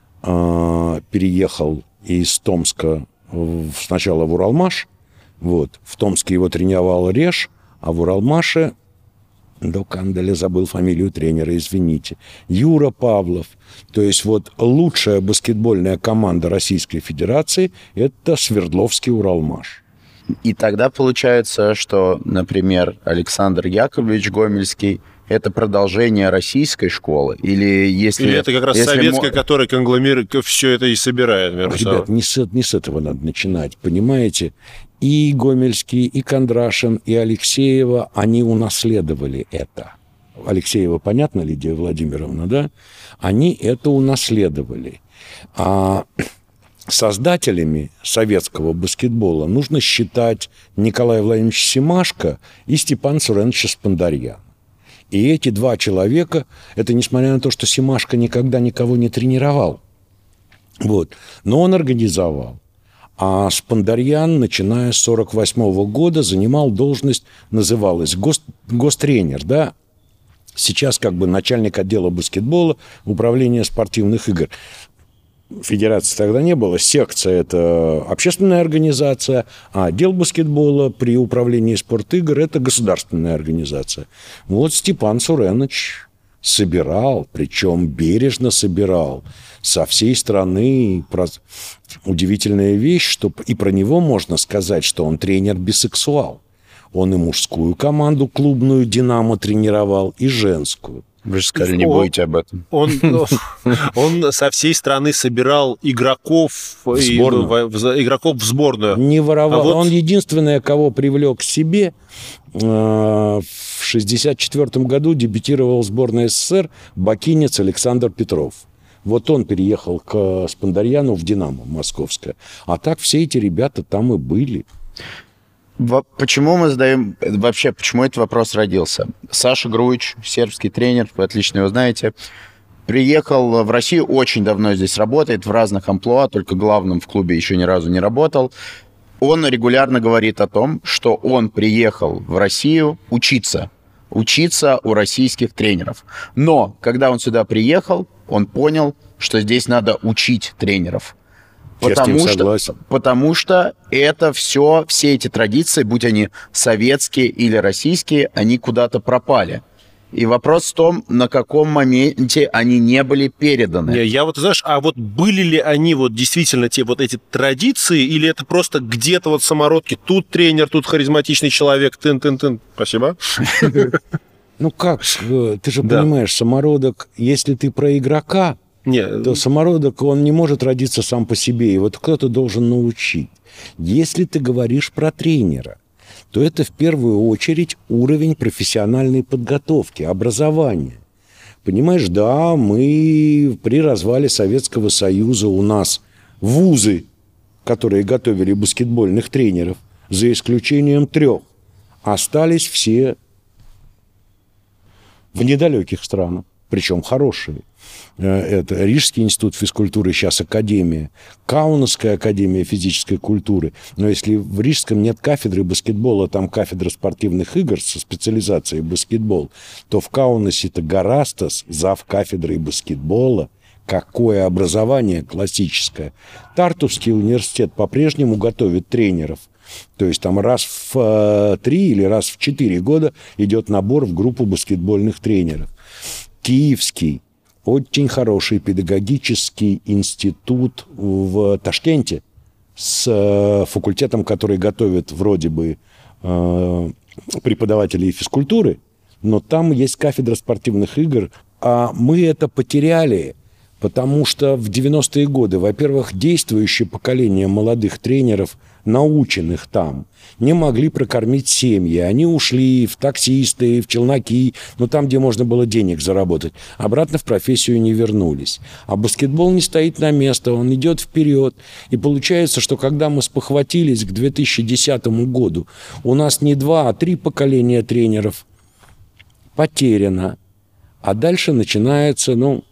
э, переехал из Томска в, сначала в Уралмаш, вот, в Томске его тренировал Реш, а в Уралмаше, до Канделя забыл фамилию тренера, извините, Юра Павлов. То есть вот лучшая баскетбольная команда Российской Федерации – это Свердловский Уралмаш. И тогда получается, что, например, Александр Яковлевич Гомельский – это продолжение российской школы? Или если... Или это как раз советская, мо... которая конгломерирует, все это и собирает. Ребят, не с, не с этого надо начинать, понимаете? И Гомельский, и Кондрашин, и Алексеева, они унаследовали это. Алексеева, понятно, Лидия Владимировна, да? Они это унаследовали. А создателями советского баскетбола нужно считать Николая Владимировича Семашко и Степана Суреновича Спандарьяна. И эти два человека, это несмотря на то, что Семашко никогда никого не тренировал, вот, но он организовал. А Спандарьян, начиная с сорок восьмого года, занимал должность, называлась гос, гостренер, да? Сейчас как бы начальник отдела баскетбола, управления спортивных игр. Федерации тогда не было. Секция – это общественная организация, а отдел баскетбола при управлении спортигр – это государственная организация. Вот Степан Суренович собирал, причем бережно собирал, со всей страны. Удивительная вещь, что и про него можно сказать, что он тренер-бисексуал. Он и мужскую команду клубную «Динамо» тренировал, и женскую. Вы же сказали, не будете об этом. Он, он со всей страны собирал игроков в сборную. В, в, игроков в сборную. Не воровал. А вот... Он единственное, кого привлек к себе, в шестьдесят четвёртом году дебютировал в сборной СССР бакинец Александр Петров. Вот он переехал к Спандарьяну в «Динамо» московское. А так все эти ребята там и были. Почему мы задаем... Вообще, почему этот вопрос родился? Саша Груич, сербский тренер, вы отлично его знаете, приехал в Россию, очень давно здесь работает, в разных амплуа, только главным в клубе еще ни разу не работал. Он регулярно говорит о том, что он приехал в Россию учиться. Учиться у российских тренеров. Но, когда он сюда приехал, он понял, что здесь надо учить тренеров. Потому что, потому что это все, все эти традиции, будь они советские или российские, они куда-то пропали. И вопрос в том, на каком моменте они не были переданы. Я, я вот, знаешь, а вот были ли они вот действительно те вот эти традиции, или это просто где-то вот самородки, тут тренер, тут харизматичный человек, тын-тын-тын. Спасибо. Ну как, ты же понимаешь, самородок, если ты про игрока, Нет. то самородок, он не может родиться сам по себе, и вот кто-то должен научить. Если ты говоришь про тренера, то это в первую очередь уровень профессиональной подготовки, образования. Понимаешь, да, мы при развале Советского Союза у нас вузы которые готовили баскетбольных тренеров, за исключением трех, остались все в недалеких странах, причем хорошие. Это Рижский институт физкультуры, сейчас Академия, Каунасская академия физической культуры. Но если в Рижском нет кафедры баскетбола, там кафедра спортивных игр со специализацией баскетбол, то в Каунасе-то Гарастас, зав. Кафедрой баскетбола. Какое образование классическое. Тартусский университет по-прежнему готовит тренеров. То есть там раз в три или раз в четыре года идет набор в группу баскетбольных тренеров. Киевский, очень хороший педагогический институт в Ташкенте с факультетом, который готовит вроде бы преподавателей физкультуры, но там есть кафедра спортивных игр, а мы это потеряли. Потому что в девяностые годы, во-первых, действующее поколение молодых тренеров, наученных там, не могли прокормить семьи. Они ушли в таксисты, в челноки, ну там, где можно было денег заработать. Обратно в профессию не вернулись. А баскетбол не стоит на место, он идет вперед. И получается, что когда мы спохватились к две тысячи десятому году, у нас не два, а три поколения тренеров потеряно. А дальше начинается, ну...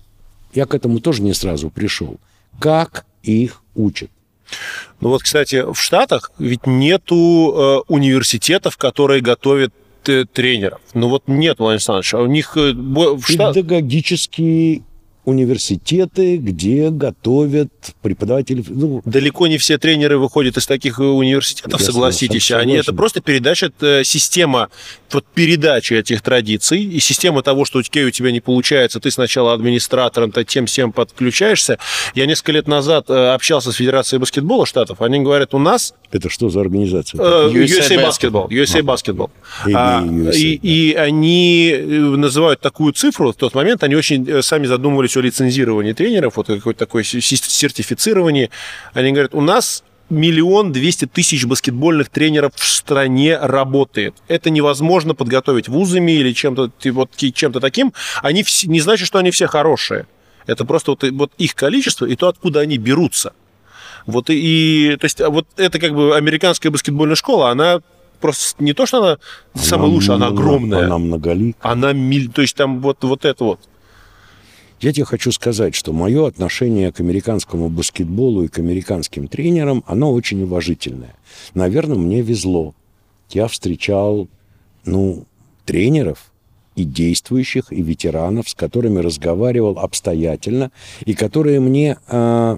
Я к этому тоже не сразу пришел. Как их учат? Ну вот, кстати, в Штатах ведь нету э, университетов, которые готовят э, тренеров. Ну вот нет, Владимир Александрович, а у них э, в Штатах... Педагогические университеты, где готовят преподавателей. Ну, далеко не все тренеры выходят из таких университетов, я согласитесь. Согласен. Они это просто передача, система вот, передачи этих традиций и система того, что окей, у тебя не получается, ты сначала администратором, ты тем всем подключаешься. Я несколько лет назад общался с Федерацией баскетбола Штатов, они говорят, у нас... Это что за организация? ю эс эй Basketball. ю эс эй Basketball. А, и, и они называют такую цифру, в тот момент они очень сами задумывались о лицензировании тренеров, вот какое-то такое сертифицирование. Они говорят, у нас миллион двести тысяч баскетбольных тренеров в стране работает. Это невозможно подготовить вузами или чем-то, вот, чем-то таким. Они все, не значит, что они все хорошие. Это просто вот, вот их количество и то, откуда они берутся. Вот и, и то есть вот это как бы американская баскетбольная школа, она просто не то, что она, она самая лучшая, она огромная. Она многоликая. Она, то есть там вот, вот это вот. Я тебе хочу сказать, что мое отношение к американскому баскетболу и к американским тренерам, оно очень уважительное. Наверное, мне везло. Я встречал, ну, тренеров и действующих, и ветеранов, с которыми разговаривал обстоятельно, и которые мне э,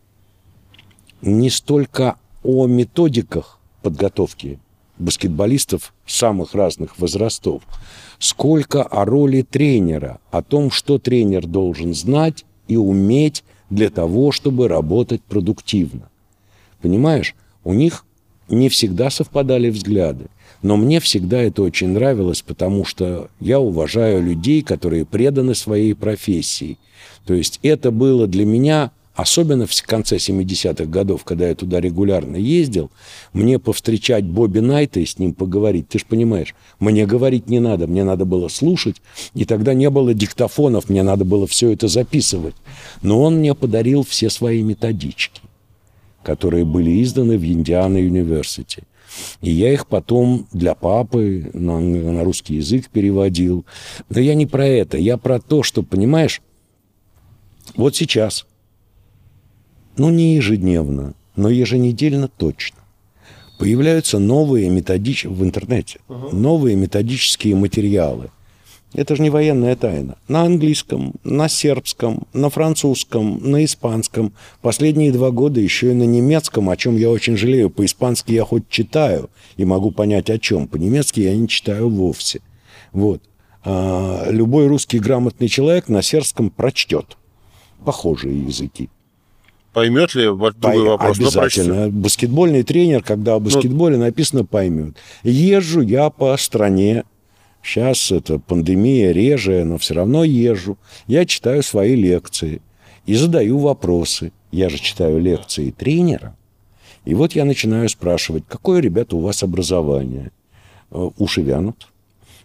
не столько о методиках подготовки баскетболистов самых разных возрастов, сколько о роли тренера, о том, что тренер должен знать и уметь для того, чтобы работать продуктивно. Понимаешь, у них не всегда совпадали взгляды, но мне всегда это очень нравилось, потому что я уважаю людей, которые преданы своей профессии. То есть это было для меня... Особенно в конце семидесятых годов, когда я туда регулярно ездил, мне повстречать Бобби Найта и с ним поговорить. Ты же понимаешь, мне говорить не надо, мне надо было слушать, и тогда не было диктофонов, мне надо было все это записывать. Но он мне подарил все свои методички, которые были изданы в Индиана Юниверсити. И я их потом для папы на, на русский язык переводил. Но я не про это, я про то, что, понимаешь, вот сейчас... Ну, не ежедневно, но еженедельно точно. Появляются новые методические в интернете, uh-huh. новые методические материалы. Это же не военная тайна. На английском, на сербском, на французском, на испанском. Последние два года еще и на немецком, о чем я очень жалею. По-испански я хоть читаю и могу понять о чем. По-немецки я не читаю вовсе. Вот. А, любой русский грамотный человек на сербском прочтет похожие языки. Поймет ли? Другой Пой... вопрос. Обязательно. Баскетбольный тренер, когда о баскетболе ну... написано, поймет. Езжу я по стране. Сейчас это пандемия реже, но все равно езжу. Я читаю свои лекции и задаю вопросы. Я же читаю лекции тренера. И вот я начинаю спрашивать, какое, ребята, у вас образование? Уши вянут.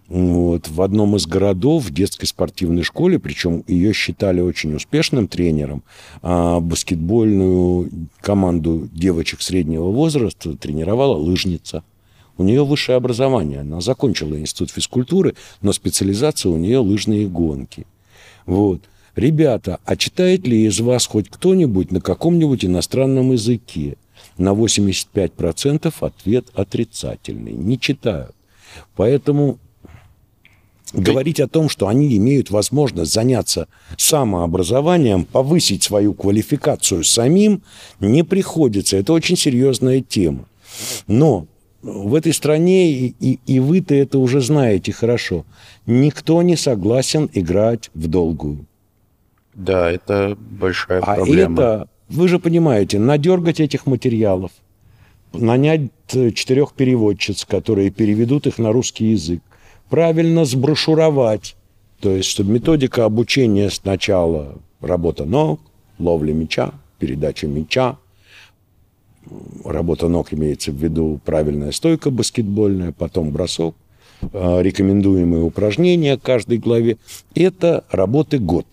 Вот, в одном из городов в детской спортивной школе, причем ее считали очень успешным тренером, а баскетбольную команду девочек среднего возраста тренировала лыжница. У нее высшее образование, она закончила институт физкультуры, но специализация у нее лыжные гонки. Вот. Ребята, а читает ли из вас хоть кто-нибудь на каком-нибудь иностранном языке? На восемьдесят пять процентов ответ отрицательный. Не читают. Поэтому говорить о том, что они имеют возможность заняться самообразованием, повысить свою квалификацию самим, не приходится. Это очень серьезная тема. Но в этой стране, и, и, и вы-то это уже знаете хорошо, никто не согласен играть в долгую. Да, это большая а проблема. Это, вы же понимаете, надергать этих материалов, нанять четырех переводчиц, которые переведут их на русский язык, правильно сброшуровать, то есть, чтобы методика обучения сначала работа ног, ловля мяча, передача мяча, работа ног имеется в виду правильная стойка баскетбольная, потом бросок, рекомендуемые упражнения к каждой главе. Это работы год.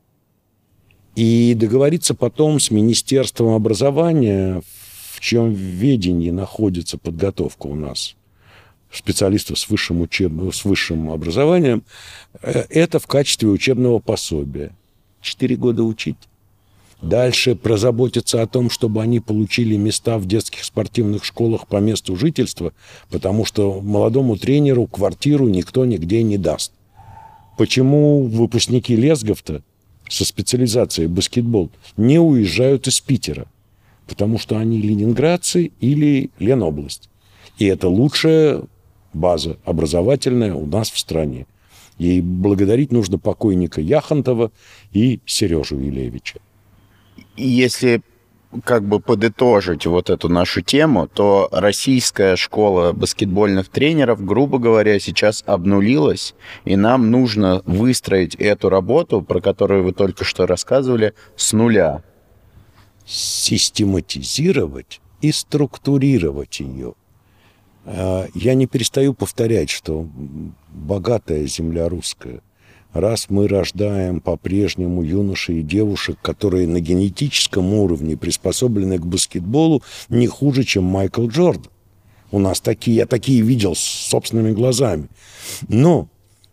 И договориться потом с Министерством образования, в чьем ведении находится подготовка у нас специалистов с высшим, учеб... с высшим образованием, это в качестве учебного пособия. Четыре года учить. Дальше прозаботиться о том, чтобы они получили места в детских спортивных школах по месту жительства, потому что молодому тренеру квартиру никто нигде не даст. Почему выпускники Лесгов-то со специализацией баскетбол не уезжают из Питера? Потому что они ленинградцы или Ленобласть. И это лучшая база образовательная у нас в стране. И благодарить нужно покойника Яхонтова и Сережу Илевича. Если как бы подытожить вот эту нашу тему, то российская школа баскетбольных тренеров, грубо говоря, сейчас обнулилась, и нам нужно выстроить эту работу, про которую вы только что рассказывали, с нуля. Систематизировать и структурировать ее. Я не перестаю повторять, что богатая земля русская. Раз мы рождаем по-прежнему юношей и девушек, которые на генетическом уровне приспособлены к баскетболу не хуже, чем Майкл Джордан. У нас такие, я такие видел собственными глазами. Но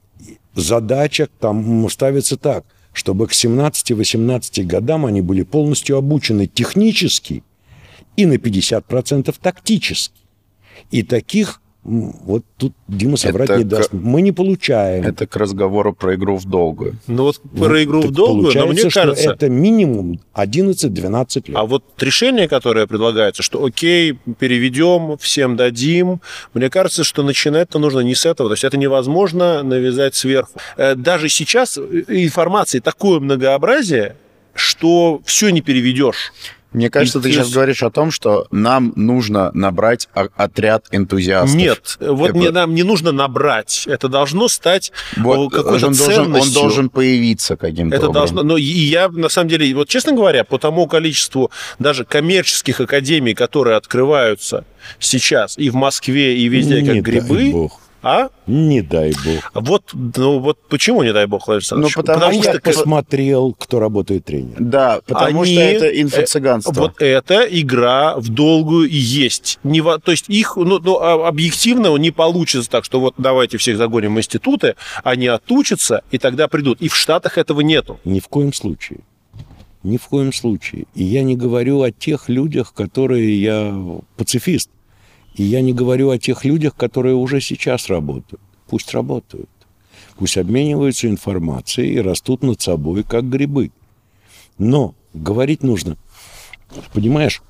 задача там ставится так, чтобы к семнадцати-восемнадцати годам они были полностью обучены технически и на пятьдесят процентов тактически. И таких, вот тут Дима соврать это не даст, к... мы не получаем. Это к разговору про игру в долгую. Ну вот про ну, игру в долгую, но мне кажется... что это минимум одиннадцать-двенадцать лет. А вот решение, которое предлагается, что окей, переведем, всем дадим, мне кажется, что начинать-то нужно не с этого. То есть это невозможно навязать сверху. Даже сейчас информации такое многообразие, что все не переведешь. Мне кажется, и ты сейчас говоришь о том, что нам нужно набрать отряд энтузиастов. Нет, вот не, нам не нужно набрать. Это должно стать вот, какой-то он ценностью. Должен, он должен появиться каким-то Это образом. должно, но и я, на самом деле, вот честно говоря, по тому количеству даже коммерческих академий, которые открываются сейчас и в Москве, и везде, не как грибы... Дай бог. А? Не дай бог. Вот, ну, вот почему не дай бог, Владимир Александрович? Ну, потому, потому что я посмотрел, кто работает тренером. Да, потому Они, что это инфо-цыганство. Вот это игра в долгую и есть. Не, то есть их ну, ну, объективно не получится так, что вот давайте всех загоним в институты, они отучатся, и тогда придут. И в Штатах этого нету. Ни в коем случае. Ни в коем случае. И я не говорю о тех людях, которые я пацифист. И я не говорю о тех людях, которые уже сейчас работают. Пусть работают. Пусть обмениваются информацией и растут над собой, как грибы. Но говорить нужно. Понимаешь,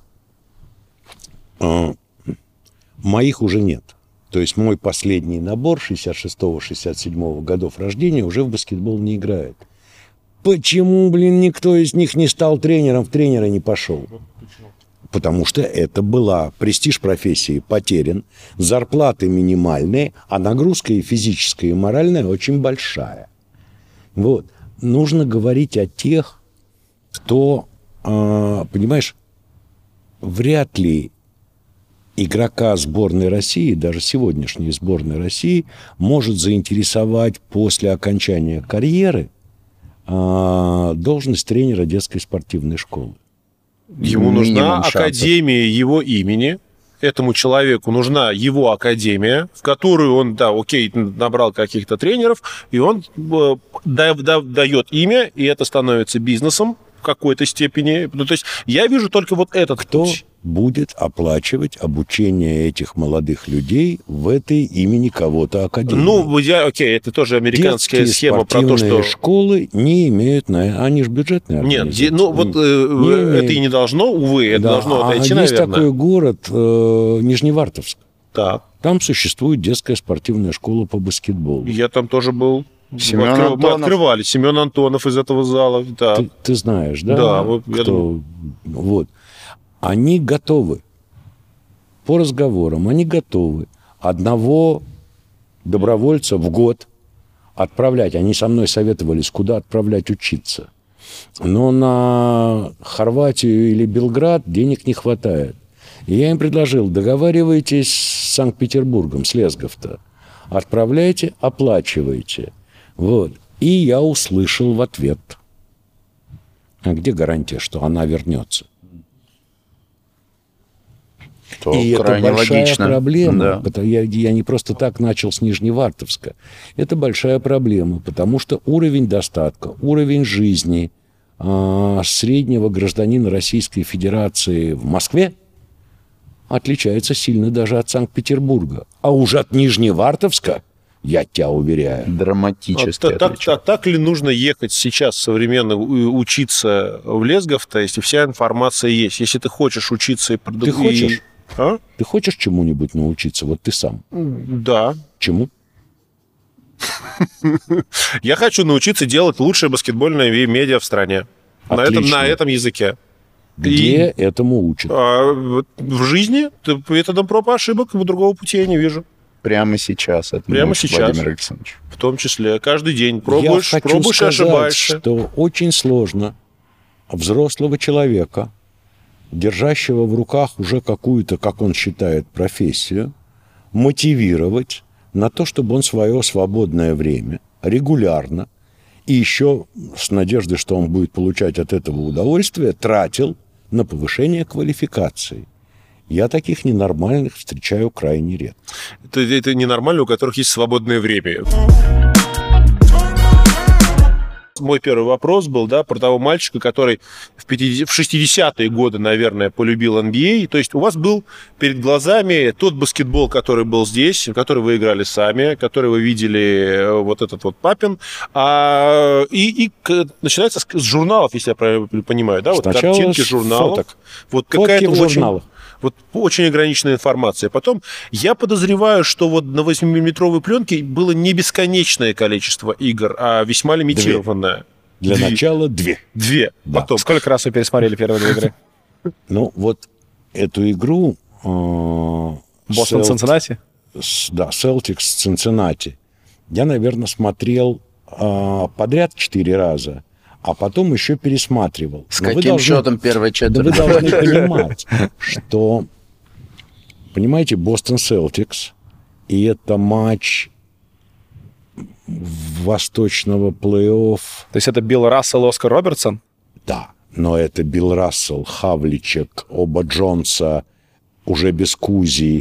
моих уже нет. То есть мой последний набор шестьдесят шестого шестьдесят седьмого годов рождения уже в баскетбол не играет. Почему, блин, никто из них не стал тренером, в тренера не пошел? Потому что это была престиж профессии потерян, зарплаты минимальные, а нагрузка и физическая, и моральная очень большая. Вот. Нужно говорить о тех, кто, э, понимаешь, вряд ли игрока сборной России, даже сегодняшней сборной России, может заинтересовать после окончания карьеры а, должность тренера детской спортивной школы? Ему нужна академия его имени. Этому человеку нужна его академия, в которую он, да, окей, набрал каких-то тренеров, и он э, да, да, дает имя, и это становится бизнесом в какой-то степени. Ну, то есть я вижу только вот этот Кто путь. будет оплачивать обучение этих молодых людей в этой имени кого-то академии? Ну, я, окей, это тоже американская Детские схема про то, что... школы не имеют... на, Они же бютные организации. Нет, ну вот э, это и не должно, увы, это да, должно а отойти, есть наверное. Есть такой город э, Нижневартовск. Так. Там существует детская спортивная школа по баскетболу. Я там тоже был. Семен мы, Антонов. мы открывали. Семен Антонов из этого зала. Да. Ты, ты знаешь, да? Да. Вот, Кто... я думаю... вот. Они готовы. По разговорам они готовы одного добровольца в год отправлять. Они со мной советовались, куда отправлять учиться. Но на Хорватию или Белград денег не хватает. И я им предложил, договаривайтесь с Санкт-Петербургом, с Лесгов-то. Отправляйте, оплачивайте. Вот. И я услышал в ответ. А где гарантия, что она вернется? То и это большая логично. проблема. Да. Я, я не просто так начал с Нижневартовска. Это большая проблема, потому что уровень достатка, уровень жизни а, среднего гражданина Российской Федерации в Москве отличается сильно даже от Санкт-Петербурга. А уже от Нижневартовска, я тебя уверяю. Драматически. А, так, а так ли нужно ехать сейчас современно учиться в Лесгов-то, если вся информация есть? Если ты хочешь учиться и продавать... Ты хочешь? И... А? Ты хочешь чему-нибудь научиться? Вот ты сам. Да. Чему? Я хочу научиться делать лучшее баскетбольное медиа в стране. На этом, на этом языке. Где и... этому учат? А, в жизни методом проб и ошибок, другого пути я не вижу. Прямо сейчас. Это Прямо сейчас. Владимир Александрович. В том числе. Каждый день пробуешь, я хочу пробуешь сказать, и ошибаешься. Что очень сложно взрослого человека, держащего в руках уже какую-то, как он считает, профессию, мотивировать на то, чтобы он свое свободное время регулярно и еще с надеждой, что он будет получать от этого удовольствие, тратил на повышение квалификации. Я таких ненормальных встречаю крайне редко. Это, это ненормально, у которых есть свободное время. Мой первый вопрос был, да, про того мальчика, который в, пятидесятые, в шестидесятые годы, наверное, полюбил эн би эй. То есть у вас был перед глазами тот баскетбол, который был здесь, который вы играли сами, который вы видели, вот этот вот Папин. А, и, и начинается с журналов, если я правильно понимаю, да? Сначала вот картинки журналов. Фоток. Вот какая-то очень... Вот очень ограниченная информация. Потом я подозреваю, что вот на восьмимиллиметровой пленке было не бесконечное количество игр, а весьма лимитированное. Две. Для две. начала две. Две. Да. Потом. Сколько раз вы пересмотрели первые две игры? Ну, вот эту игру... Бостон Цинциннати? Да, Селтикс Цинциннати. Я, наверное, смотрел подряд четыре раза. А потом еще пересматривал. С Но каким должны, счетом первая четверть? Да вы должны понимать, что, понимаете, Бостон Селтикс, и это матч восточного плей-офф. То есть это Билл Рассел и Оскар Робертсон? Да, но это Билл Рассел, Хавличек, оба Джонса, уже без Кузи,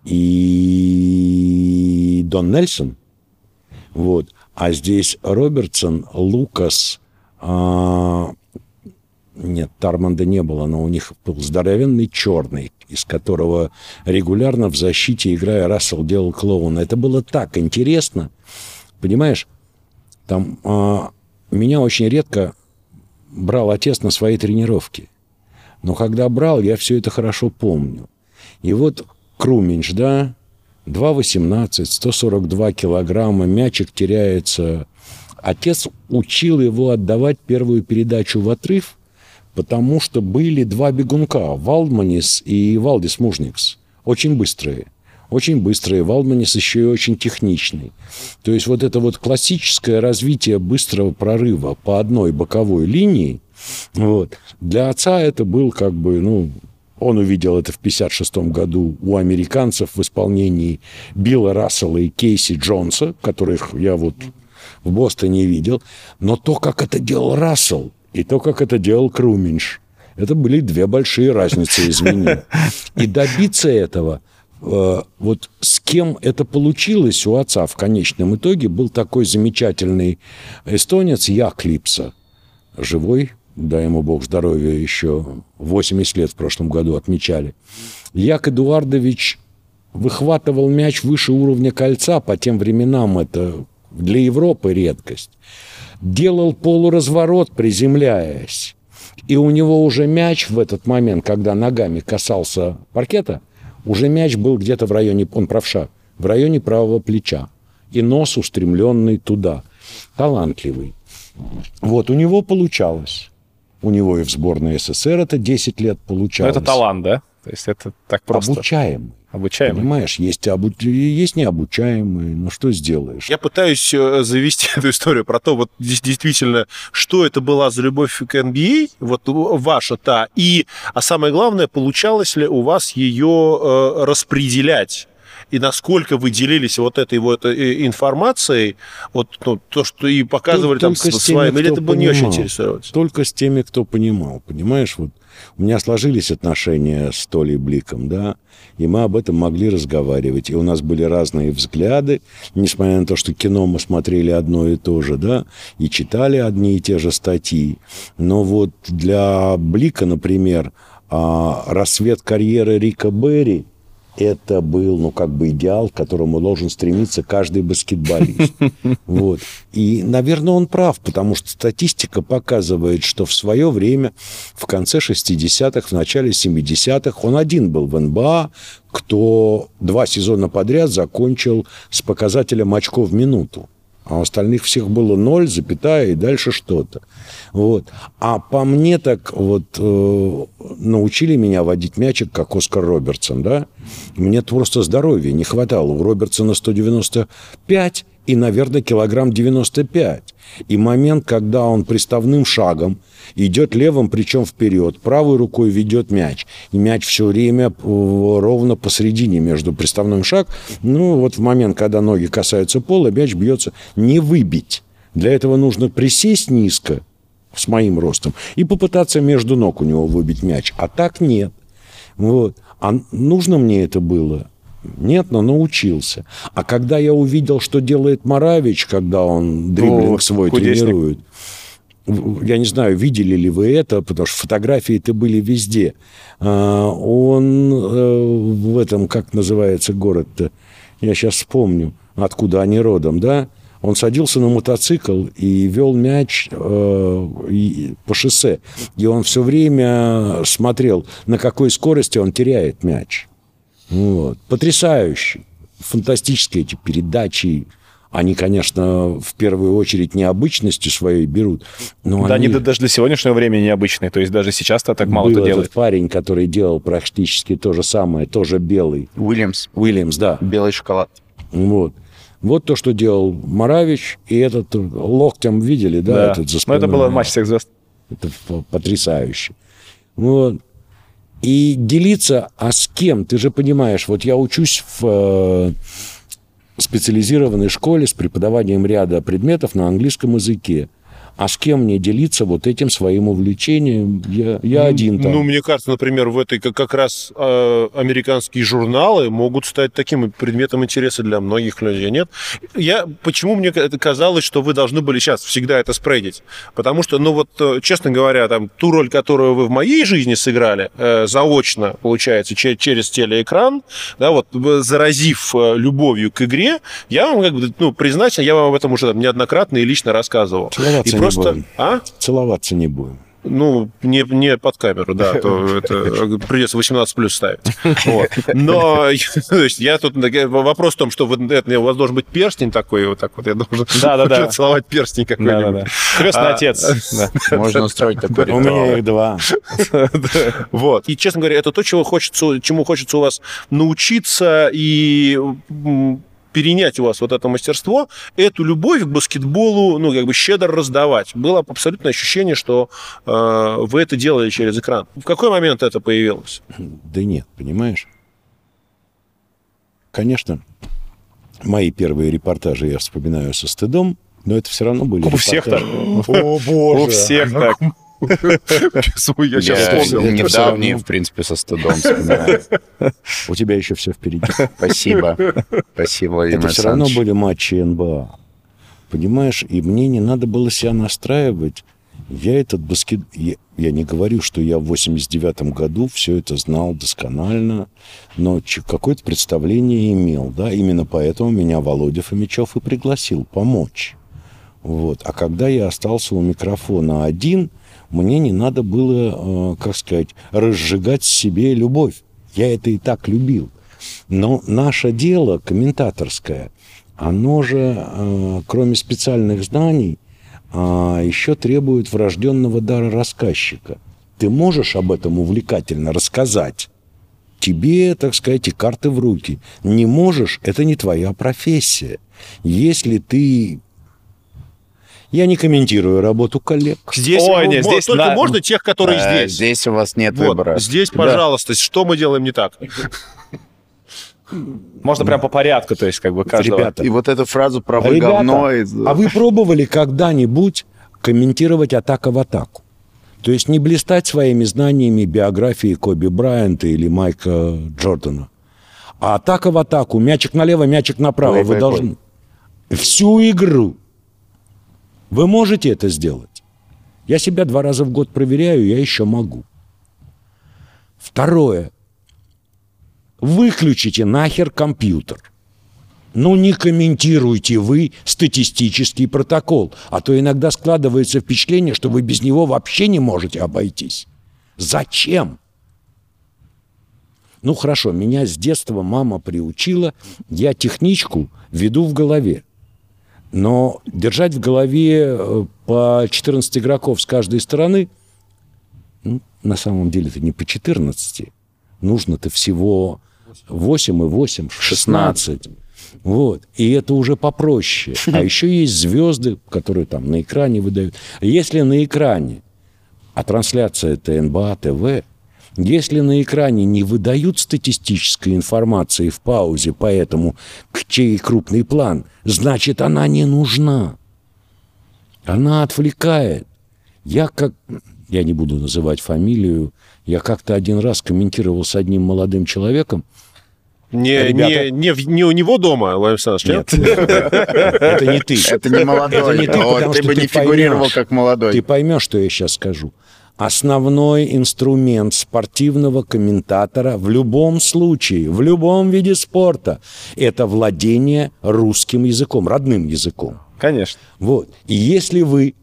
и Дон Нельсон. Вот. А здесь Робертсон, Лукас... А, нет, Тармонда не было, но у них был здоровенный черный, из которого регулярно в защите, играя, Рассел делал клоуна. Это было так интересно. Понимаешь, там а, меня очень редко брал отец на свои тренировки. Но когда брал, я все это хорошо помню. И вот Круминч, да, два восемнадцать, сто сорок два килограмма, мячик теряется. Отец учил его отдавать первую передачу в отрыв, потому что были два бегунка, Валдманис и Валдис Мужникс, очень быстрые. Очень быстрые, Валдманис еще и очень техничный. То есть вот это вот классическое развитие быстрого прорыва по одной боковой линии, вот, для отца это был как бы, ну, он увидел это в пятьдесят шестом году у американцев в исполнении Билла Рассела и Кейси Джонса, которых я вот в Бостоне видел. Но то, как это делал Рассел, и то, как это делал Круминш, это были две большие разницы, извини. И добиться этого, э, вот с кем это получилось у отца в конечном итоге, был такой замечательный эстонец Як Липса, живой, дай ему Бог здоровья, еще восемьдесят лет в прошлом году отмечали. Як Эдуардович выхватывал мяч выше уровня кольца, по тем временам это для Европы редкость. Делал полуразворот, приземляясь. И у него уже мяч в этот момент, когда ногами касался паркета, уже мяч был где-то в районе, он правша, в районе правого плеча. И нос устремленный туда. Талантливый. Вот, у него получалось. У него и в сборной СССР это десять лет получалось. Но это талант, да? То есть это так просто... Обучаемый. Обучаемый. Понимаешь, есть, обу... есть необучаемые, но что сделаешь? Я пытаюсь завести эту историю про то, вот действительно, что это была за любовь к эн би эй, вот ваша та, и, а самое главное, получалось ли у вас ее э, распределять? И насколько вы делились вот этой вот информацией, вот ну, то, что и показывали только там с своим, или это было не очень интересовать? Только с теми, кто понимал, понимаешь? Вот у меня сложились отношения с Толей Бликом, да, и мы об этом могли разговаривать, и у нас были разные взгляды, несмотря на то, что кино мы смотрели одно и то же, да, и читали одни и те же статьи. Но вот для Блика, например, рассвет карьеры Рика Берри, это был, ну, как бы идеал, к которому должен стремиться каждый баскетболист. Вот. И, наверное, он прав, потому что статистика показывает, что в свое время, в конце шестидесятых, в начале семидесятых, он один был в эн бэ а, кто два сезона подряд закончил с показателем очков в минуту. А у остальных всех было ноль, запятая и дальше что-то. Вот. А по мне так вот э, научили меня водить мячик, как Оскар Робертсон, да? Мне просто здоровья не хватало. У Робертсона сто девяносто пять и, наверное, килограмм девяносто пять. И момент, когда он приставным шагом идет левым, причем вперед, правой рукой ведет мяч. И мяч все время ровно посередине между приставным шаг. Ну, вот в момент, когда ноги касаются пола, мяч бьется не выбить. Для этого нужно присесть низко, с моим ростом, и попытаться между ног у него выбить мяч. А так нет. Вот. А нужно мне это было? Нет, но научился. А когда я увидел, что делает Моравич, когда он дриблинг О, свой кудесник. тренирует, я не знаю, видели ли вы это, потому что фотографии-то были везде. Он в этом, как называется город-то, я сейчас вспомню, откуда они родом, да? Он садился на мотоцикл и вел мяч э, и, по шоссе. И он все время смотрел, на какой скорости он теряет мяч. Вот. Потрясающий. Фантастические эти передачи. Они, конечно, в первую очередь необычностью своей берут. Но да, они... они даже для сегодняшнего времени необычные. То есть даже сейчас-то так мало Был кто делает. Этот парень, который делал практически то же самое, тоже белый. Уильямс. Уильямс, да. Белый шоколад. Вот. Вот то, что делал Моравич, и этот локтем видели, да? Да, этот за но это был матч всех звезд. Это потрясающе. Вот. И делиться, а с кем? Ты же понимаешь, вот я учусь в э, специализированной школе с преподаванием ряда предметов на английском языке. А с кем мне делиться вот этим своим увлечением? Я, я один там. Ну, мне кажется, например, в этой как, как раз э, американские журналы могут стать таким предметом интереса для многих людей, нет? Я, почему мне это казалось, что вы должны были сейчас всегда это спредить? Потому что, ну вот, честно говоря, там, ту роль, которую вы в моей жизни сыграли, э, заочно, получается, через, через телеэкран, да, вот, заразив э, любовью к игре, я вам, как бы, ну, признаться, я вам об этом уже там, неоднократно и лично рассказывал. Целоваться и просто... не будем. А? Целоваться не будем. Ну, не, не под камеру, да, то это придется восемнадцать плюс ставить. Вот. Но то есть, я тут... Вопрос в том, что вот, это, у вас должен быть перстень такой, вот так вот, я должен да, да, да. целовать перстень какой-нибудь. Да, да, да. Крестный а, отец. Да. Можно устроить такой ритуал. У меня их два. Вот. И, честно говоря, это то, чего хочется, чему хочется у вас научиться и... перенять у вас вот это мастерство, эту любовь к баскетболу, ну, как бы щедро раздавать. Было абсолютное ощущение, что э, вы это делали через экран. В какой момент это появилось? Да нет, понимаешь? Конечно, мои первые репортажи я вспоминаю со стыдом, но это все равно были У всех так. О, боже! У всех так. Я сейчас недавние, в принципе, со стыдом вспоминаю. У тебя еще все впереди. Спасибо. Спасибо, Владимир Это все равно были матчи эн бэ а. Понимаешь? И мне не надо было себя настраивать. Я этот баскет... Я, я не говорю, что я в восемьдесят девятом году все это знал досконально, но какое-то представление имел, да? Именно поэтому меня Володя Фомичев и пригласил помочь. Вот. А когда я остался у микрофона один, мне не надо было, э, как сказать, разжигать в себе любовь. Я это и так любил. Но наше дело, комментаторское, оно же, э, кроме специальных знаний, э, еще требует врожденного дара рассказчика. Ты можешь об этом увлекательно рассказать. Тебе, так сказать, и карты в руки. Не можешь, это не твоя профессия. Если ты... Я не комментирую работу коллег. Здесь, Ой, ну, нет, здесь только на... можно тех, которые А, здесь. Здесь у вас нет Вот, выбора. здесь, пожалуйста, да. Что мы делаем не так? Можно прям по порядку, то есть как бы каждого. Ребята, И вот эту фразу про «вы ребята, говно». и- а вы пробовали когда-нибудь комментировать атака в атаку? То есть не блистать своими знаниями биографии Коби Брайанта или Майка Джордана, а атака в атаку, мячик налево, мячик направо. Ой, вы ой, должны всю игру. Вы можете это сделать? Я себя два раза в год проверяю, я еще могу. Второе. Выключите нахер компьютер. Ну, не комментируйте вы статистический протокол, а то иногда складывается впечатление, что вы без него вообще не можете обойтись. Зачем? Ну, хорошо, меня с детства мама приучила, я техничку веду в голове. Но держать в голове по четырнадцать игроков с каждой стороны, ну, на самом деле это не по четырнадцати. Нужно-то всего восемь и восемь, шестнадцать. Вот. И это уже попроще. А еще есть звезды, которые там на экране выдают. Если на экране, а трансляция это эн бэ а тэ вэ, если на экране не выдают статистической информации в паузе, поэтому чей крупный план, значит, она не нужна. Она отвлекает. Я как... Я не буду называть фамилию. Я как-то один раз комментировал с одним молодым человеком. Не, Ребята... не, не, в- не у него дома, Владимир Александрович, нет? Это не ты. Это не молодой. Это не ты, Вот потому ты что бы ты не фигурировал поймешь. как молодой. Ты поймешь, что я сейчас скажу. Основной инструмент спортивного комментатора в любом случае, в любом виде спорта, это владение русским языком, родным языком. Конечно. Вот. И если вы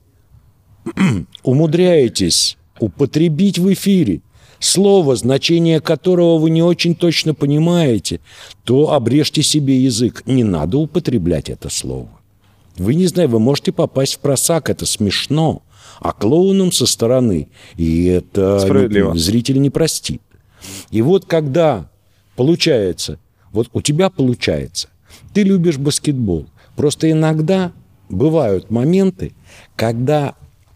умудряетесь употребить в эфире слово, значение которого вы не очень точно понимаете, то обрежьте себе язык. Не надо употреблять это слово. Вы не знаете, вы можете попасть в просак, это смешно. А клоуном со стороны, и это Справедливо. зритель не простит. И вот когда получается, вот у тебя получается, ты любишь баскетбол, просто иногда бывают моменты, когда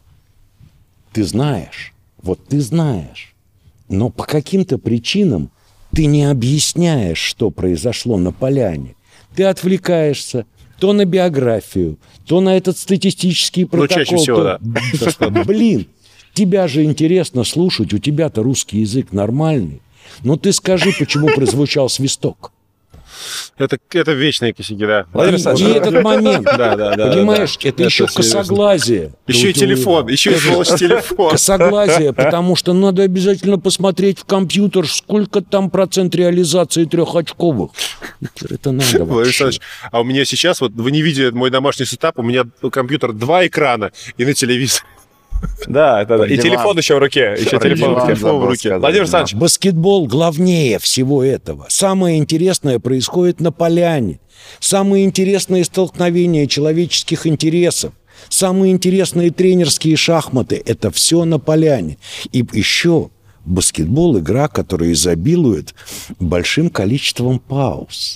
ты знаешь, вот ты знаешь, но по каким-то причинам ты не объясняешь, что произошло на поляне. Ты отвлекаешься то на биографию, то на этот статистический протокол. Ну, чаще всего, то... да. Блин, тебя же интересно слушать, у тебя-то русский язык нормальный. Но ты скажи, почему прозвучал свисток. Это, это вечные косяки, да. Владимир И, и Александрович, этот момент, Да, да, да, понимаешь, да. это, Это еще серьезно. косоглазие. Еще и Тут- телефон, еще и сволочь телефон. Косоглазие, потому что надо обязательно посмотреть в компьютер, сколько там процент реализации трехочковых. Это надо Владимир вообще. Александрович, а у меня сейчас, вот вы не видели мой домашний сетап, у меня компьютер два экрана и на телевизор. Да, это, да. И Диван. телефон еще в руке. Еще Про телефон в диван руке. телефон в забыл руке. сказать. Владимир Александрович, Баскетбол главнее всего этого. Самое интересное происходит на поляне. Самые интересные столкновения человеческих интересов. Самые интересные тренерские шахматы – это все на поляне. И еще баскетбол – игра, которая изобилует большим количеством пауз.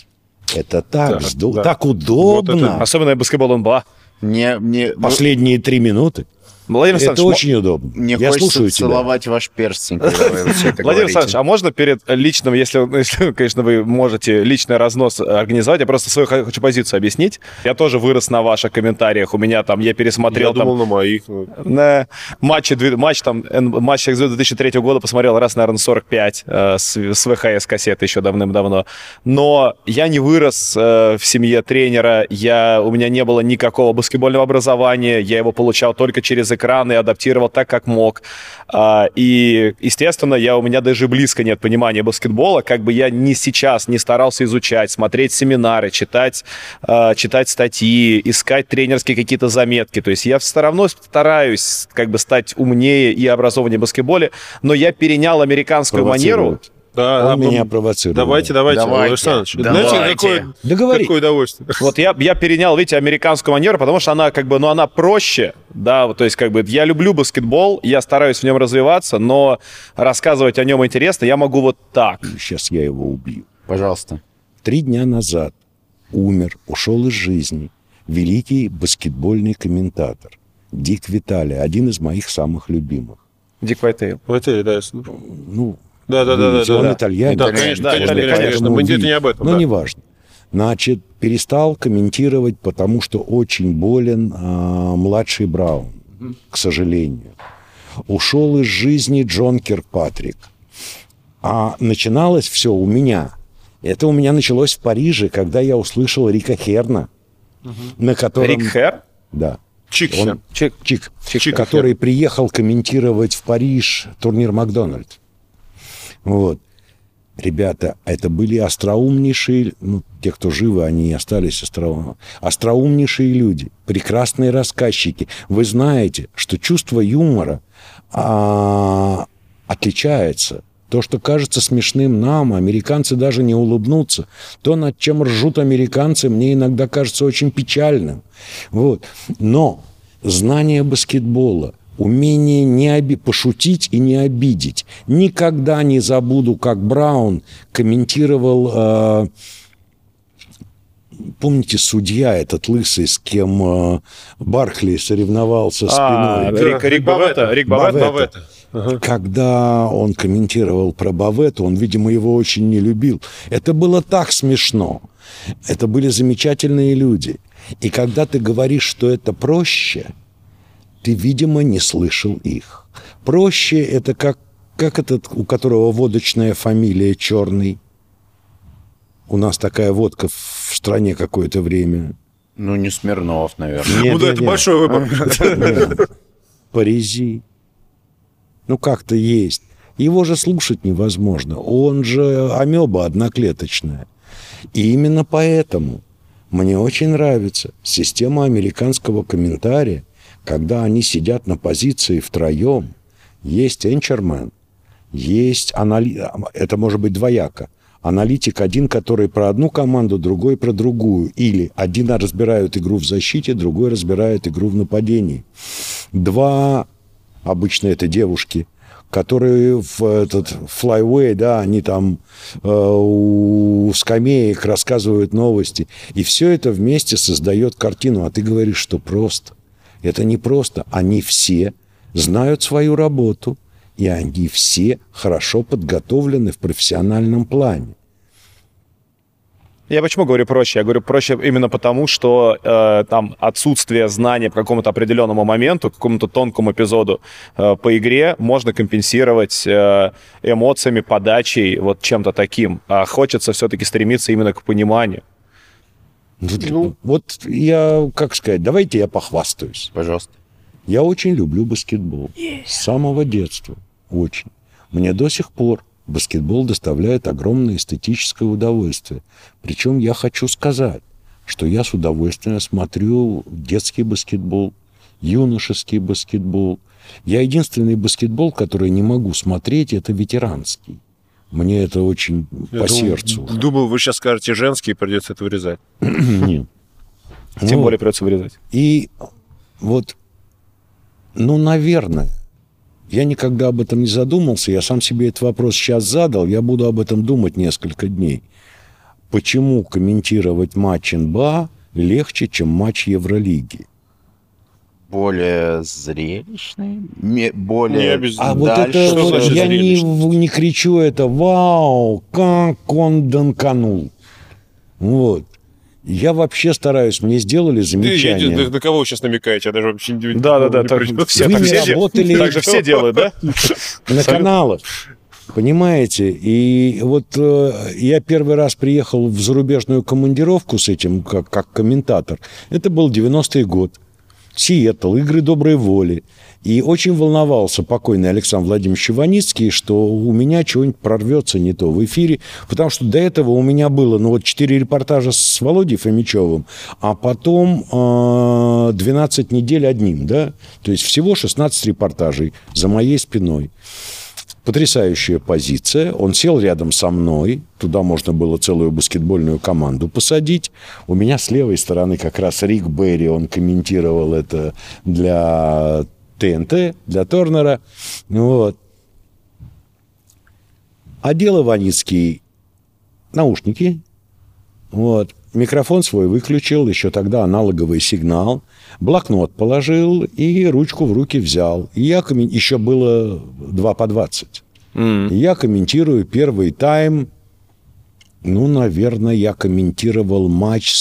Это так, Да, здо- да. так удобно. Вот это- Особенно баскетбол эн би эй. Мне, мне, Последние три минуты. Владимир Это Александрович, очень удобно. мне Я хочется слушаю тебя. целовать ваш перстень, когда вы все это Владимир говорите. Александрович, а можно перед личным, если, если, конечно, вы можете личный разнос организовать, я просто свою хочу позицию объяснить. Я тоже вырос на ваших комментариях. У меня там, я пересмотрел Я там... думал на моих. На матче, две- матч, там, эн- матч две тысячи третьего года посмотрел раз, наверное, сорок пять э, с, с вэ ха эс-кассеты еще давным-давно. Но я не вырос э, в семье тренера, я, у меня не было никакого баскетбольного образования, я его получал только через экран и адаптировал так, как мог. А, и, естественно, я, у меня даже близко нет понимания баскетбола, как бы я ни сейчас не старался изучать, смотреть семинары, читать, э, читать статьи, искать тренерские какие-то заметки. То есть я все равно стараюсь как бы стать умнее и образованнее в баскетболе, но я перенял американскую манеру. Провоцирует. Да, Он а, меня м, провоцировал. Давайте, давайте, Давайте, Владимир Александрович. давайте. Знаете, какое, Договори. какое удовольствие. Вот я, я перенял, видите, американскую манеру, потому что она как бы, ну, она проще, да, вот, то есть как бы я люблю баскетбол, я стараюсь в нем развиваться, но рассказывать о нем интересно я могу вот так. Сейчас я его убью. Пожалуйста. Три дня назад умер, ушел из жизни великий баскетбольный комментатор Дик Витали, один из моих самых любимых. Дик Вайтейл. Вот это, да, я слушал. Ну, Да, да, да, да, видите, он да. итальянец. Да, конечно, Да, конечно, итальянец. конечно. Мы это не об этом. Но да. неважно. Значит, перестал комментировать, потому что очень болен а, младший Браун, к сожалению. Ушел из жизни Джон Киркпатрик. А начиналось все у меня. Это у меня началось в Париже, когда я услышал Рика Херна, на котором... Рик Хер? Да. Чик. Он- Чик. Чик, Чик который приехал комментировать в Париж турнир Макдональд. Вот. Ребята, это были остроумнейшие, ну, те, кто живы, они и остались остроумными, остроумнейшие люди, прекрасные рассказчики. Вы знаете, что чувство юмора а, отличается. То, что кажется смешным нам, американцы даже не улыбнутся. То, над чем ржут американцы, мне иногда кажется очень печальным. Вот. Но знание баскетбола, умение не оби... пошутить и не обидеть. Никогда не забуду, как Браун комментировал... Э... Помните, судья этот лысый, с кем э... Баркли соревновался А, спиной? Рик, Рик Бавета. Рик Бавета. Бавета. Ага. Когда он комментировал про Бавету, он, видимо, его очень не любил. Это было так смешно. Это были замечательные люди. И когда ты говоришь, что это проще, ты, видимо, не слышал их. Проще это как, как этот, у которого водочная фамилия Черный. У нас такая водка в стране какое-то время. Ну, не Смирнов, наверное. Нет, Ну да, нет, это нет. большой выбор. Нет. Паризи. Ну, как-то есть. Его же слушать невозможно. Он же амеба одноклеточная. И именно поэтому мне очень нравится система американского комментария, когда они сидят на позиции втроем. Есть энчермен, есть анали... это может быть двояко. Аналитик один, который про одну команду, другой про другую. Или один разбирает игру в защите, другой разбирает игру в нападении. Два, обычно это девушки, которые в этот флайвей, да, они там э, у скамеек рассказывают новости. И все это вместе создает картину. А ты говоришь, что просто. Это не просто. Они все знают свою работу, и они все хорошо подготовлены в профессиональном плане. Я почему говорю проще? Я говорю проще именно потому, что э, там отсутствие знания по какому-то определенному моменту, какому-то тонкому эпизоду э, по игре можно компенсировать э, эмоциями, подачей, вот чем-то таким. А хочется все-таки стремиться именно к пониманию. Ну, вот я, как сказать, давайте я похвастаюсь. Пожалуйста. Я очень люблю баскетбол. Yeah. С самого детства. Очень. Мне до сих пор баскетбол доставляет огромное эстетическое удовольствие. Причем я хочу сказать, что я с удовольствием смотрю детский баскетбол, юношеский баскетбол. Я единственный баскетбол, который не могу смотреть, это ветеранский. Мне это очень Я по думал, сердцу. Думал, вы сейчас скажете женский, и придется это вырезать. Нет. Тем Ну, более придется вырезать. И вот, ну, наверное, я никогда об этом не задумался, я сам себе этот вопрос сейчас задал, я буду об этом думать несколько дней. почему комментировать матч эн бэ а легче, чем матч Евролиги? Более зрелищный, более не а дальше. вот это Что вот значит я не, зрелищный? не кричу это «Вау, как он данканул!» Вот. Я вообще стараюсь, мне сделали замечание. Ты, на кого вы сейчас намекаете? Я даже вообще не Да-да-да, не так, понял. все, Вы так не все де- работали- так же все делают, да? На каналах. Понимаете? И вот э, я первый раз приехал в зарубежную командировку с этим, как, как комментатор. Это был девяностый год. Сиэтл, игры доброй воли. И очень волновался покойный Александр Владимирович Иваницкий, что у меня что-нибудь прорвется не то в эфире, потому что до этого у меня было, ну, вот четыре репортажа с Володей Фомичевым, а потом э, двенадцать недель одним, да? То есть всего шестнадцать репортажей за моей спиной. Потрясающая позиция. Он сел рядом со мной. Туда можно было целую баскетбольную команду посадить. У меня с левой стороны как раз Рик Берри. Он комментировал это для тэ эн тэ, для Торнера. Вот. Одел Иваницкий наушники. Вот. Микрофон свой выключил, еще тогда аналоговый сигнал. Блокнот положил и ручку в руки взял. И я коммен... Еще было два по двадцать. Mm. И я комментирую первый тайм. Ну, наверное, я комментировал матч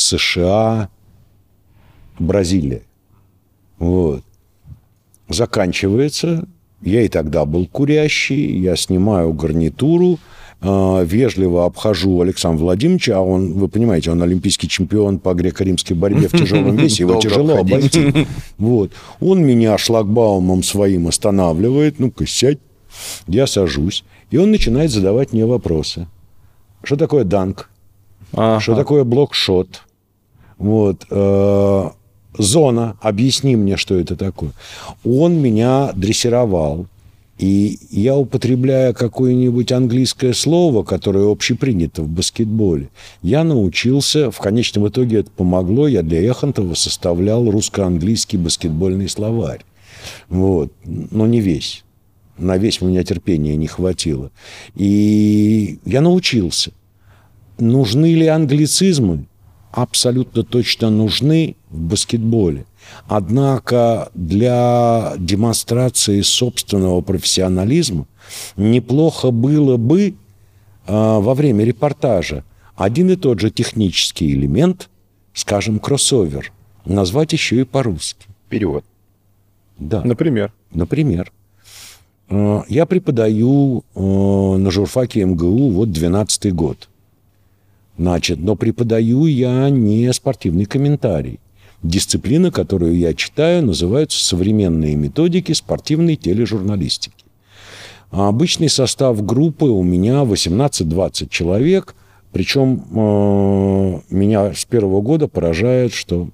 США-Бразилия. Вот. Заканчивается. Я и тогда был курящий. Я снимаю гарнитуру. Вежливо обхожу Александра Владимировича, а он, вы понимаете, он олимпийский чемпион по греко-римской борьбе в тяжелом весе, его тяжело обойти. Вот. Он меня шлагбаумом своим останавливает, ну-ка, сядь, я сажусь, и он начинает задавать мне вопросы. Что такое данк? Ага. Что такое блокшот? Вот. Зона, объясни мне, что это такое. Он меня дрессировал. И я, употребляя какое-нибудь английское слово, которое общепринято в баскетболе, я научился, в конечном итоге это помогло, я для Яхонтова составлял русско-английский баскетбольный словарь. Вот. Но не весь. На весь у меня терпения не хватило. И я научился. Нужны ли англицизмы? Абсолютно точно нужны в баскетболе. Однако для демонстрации собственного профессионализма неплохо было бы э, во время репортажа один и тот же технический элемент, скажем, кроссовер, назвать еще и по-русски. Перевод. Да. Например? Например. Э, я преподаю э, на журфаке эм гэ у вот двенадцатый год. Значит, но преподаю я не спортивный комментарий. Дисциплина, которую я читаю, называется «Современные методики спортивной тележурналистики». А обычный состав группы у меня восемнадцать-двадцать человек. Причем э, меня с первого года поражает, что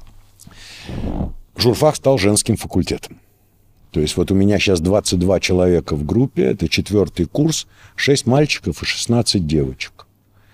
журфак стал женским факультетом. То есть вот у меня сейчас двадцать два человека в группе. Это четвертый курс, шесть мальчиков и шестнадцать девочек.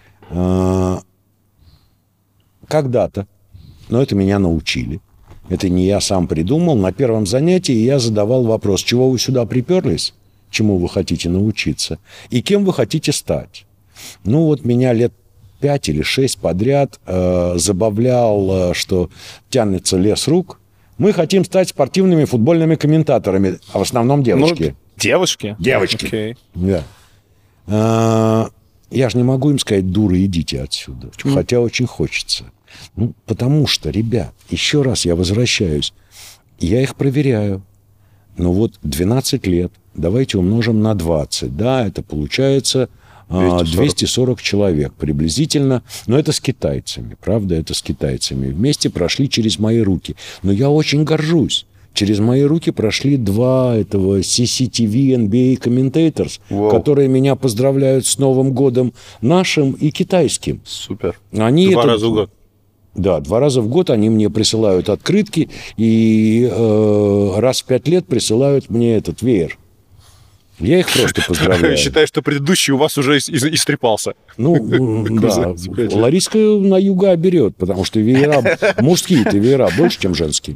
Когда-то, но это меня научили, это не я сам придумал, на первом занятии я задавал вопрос, чего вы сюда приперлись, чему вы хотите научиться и кем вы хотите стать. Ну вот меня лет пять или шесть подряд э, забавлял, что тянется лес рук. Мы хотим стать спортивными футбольными комментаторами, а в основном девочки. Ну, девушки? Девочки. Okay. Да. А, я же не могу им сказать, дуры, идите отсюда. Почему? Хотя очень хочется. Ну, потому что, ребят, еще раз я возвращаюсь. Я их проверяю. Ну вот двенадцать лет. Давайте умножим на двадцать. Да, это получается двести сорок. двести сорок человек приблизительно. Но это с китайцами. Правда, это с китайцами. Вместе прошли через мои руки. Но я очень горжусь. Через мои руки прошли два этого си си ти ви эн би эй Commentators, wow. которые меня поздравляют с Новым годом нашим и китайским. Супер. Они два это... раза в год. Да, два раза в год они мне присылают открытки и э, раз в пять лет присылают мне этот веер. Я их просто поздравляю. Считаю, что предыдущий у вас уже истрепался. Ну, да. Лариска на юга берет, потому что веера, мужские-то веера больше, чем женские.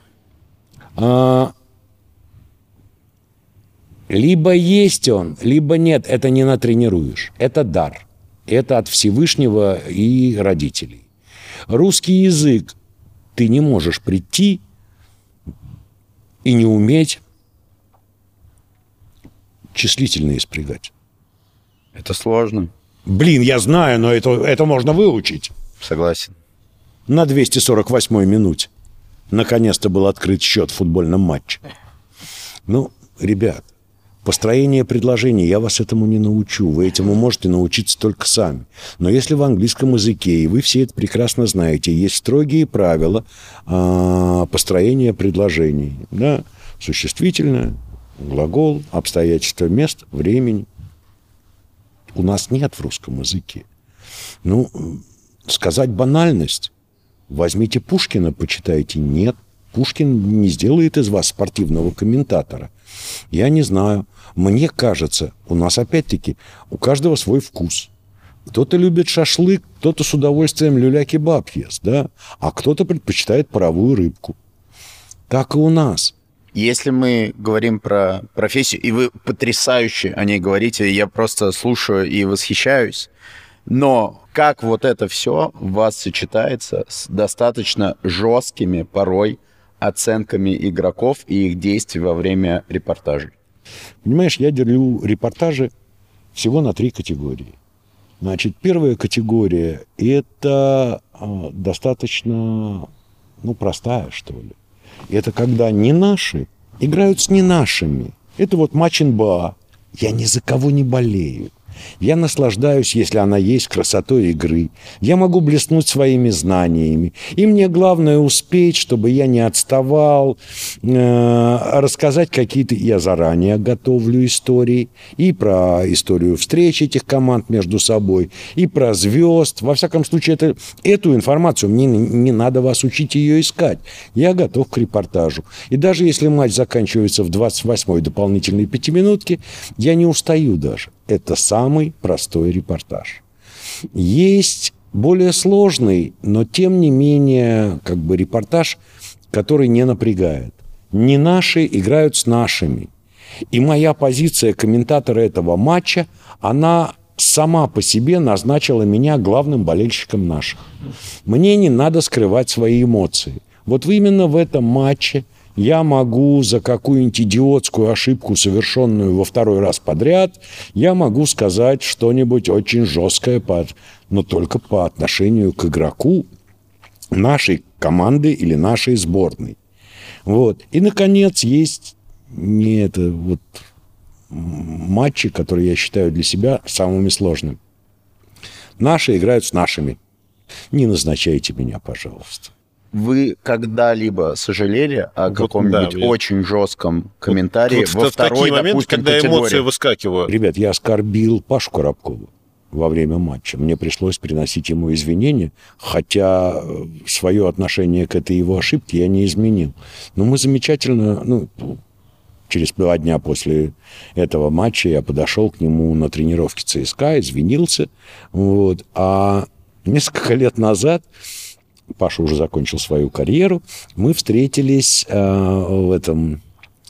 А, либо есть он, либо нет. Это не натренируешь. Это дар. Это от Всевышнего и родителей. Русский язык ты не можешь прийти и не уметь числительные спрягать. Это сложно. Блин, я знаю, но это, это можно выучить. Согласен. На двести сорок восьмой минуте наконец-то был открыт счет в футбольном матче. Ну, ребят, построение предложений я вас этому не научу. Вы этому можете научиться только сами. Но если в английском языке, и вы все это прекрасно знаете, есть строгие правила а, построения предложений. Да? Существительное, глагол, обстоятельства, место, времени. У нас нет в русском языке. Ну, сказать банальность. Возьмите Пушкина, почитайте. Нет, Пушкин не сделает из вас спортивного комментатора. Я не знаю. Мне кажется, у нас опять-таки у каждого свой вкус. Кто-то любит шашлык, кто-то с удовольствием люля-кебаб ест, да? А кто-то предпочитает паровую рыбку. Так и у нас. Если мы говорим про профессию, и вы потрясающе о ней говорите, я просто слушаю и восхищаюсь, но как вот это все у вас сочетается с достаточно жесткими порой оценками игроков и их действий во время репортажей? Понимаешь, я делю репортажи всего на три категории. Значит, первая категория – это достаточно, ну, простая, что ли. Это когда не наши играют с не нашими. Это вот матч эн бэ а. Я ни за кого не болею. Я наслаждаюсь, если она есть, красотой игры. Я могу блеснуть своими знаниями. И мне главное успеть, чтобы я не отставал, э, рассказать какие-то... Я заранее готовлю истории. И про историю встреч этих команд между собой, и про звезд. Во всяком случае, это, эту информацию мне не надо вас учить ее искать. Я готов к репортажу. И даже если матч заканчивается в двадцать восьмой дополнительной пятиминутке, я не устаю даже. Это самый простой репортаж. Есть более сложный, но тем не менее как бы репортаж, который не напрягает. Не наши играют с нашими. И моя позиция комментатора этого матча, она сама по себе назначила меня главным болельщиком наших. Мне не надо скрывать свои эмоции. Вот именно в этом матче я могу за какую-нибудь идиотскую ошибку, совершенную во второй раз подряд, я могу сказать что-нибудь очень жесткое, по, но только по отношению к игроку нашей команды или нашей сборной. Вот. И, наконец, есть не это вот матчи, которые я считаю для себя самыми сложными. Наши играют с нашими. Не назначайте меня, пожалуйста. Вы когда-либо сожалели о вот, каком-нибудь да, очень жестком комментарии вот, вот во второй, такие моменты, допустим, когда категории. Эмоции выскакивают? Ребят, я оскорбил Пашу Коробкову во время матча. Мне пришлось приносить ему извинения, хотя свое отношение к этой его ошибке я не изменил. Но мы замечательно... Ну, через два дня после этого матча я подошел к нему на тренировке ЦСКА, извинился. Вот. А несколько лет назад... Паша уже закончил свою карьеру. Мы встретились э, в этом,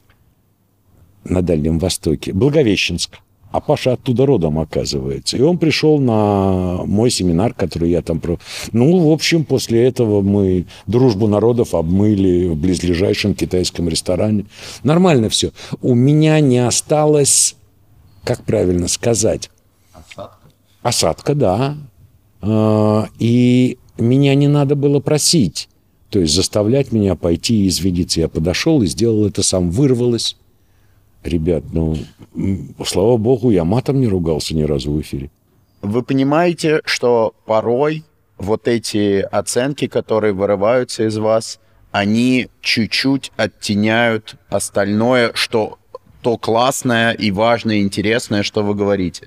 на Дальнем Востоке, Благовещенск. А Паша оттуда родом, оказывается. И он пришел на мой семинар, который я там... Про... Ну, в общем, после этого мы дружбу народов обмыли в близлежащем китайском ресторане. Нормально все. У меня не осталось, как правильно сказать? Осадка. Осадка, да. А, и... Меня не надо было просить, то есть заставлять меня пойти и извиниться. Я подошел и сделал это сам, вырвалось. Ребят, ну, слава богу, я матом не ругался ни разу в эфире. Вы понимаете, что порой вот эти оценки, которые вырываются из вас, они чуть-чуть оттеняют остальное, что то классное и важное, и интересное, что вы говорите?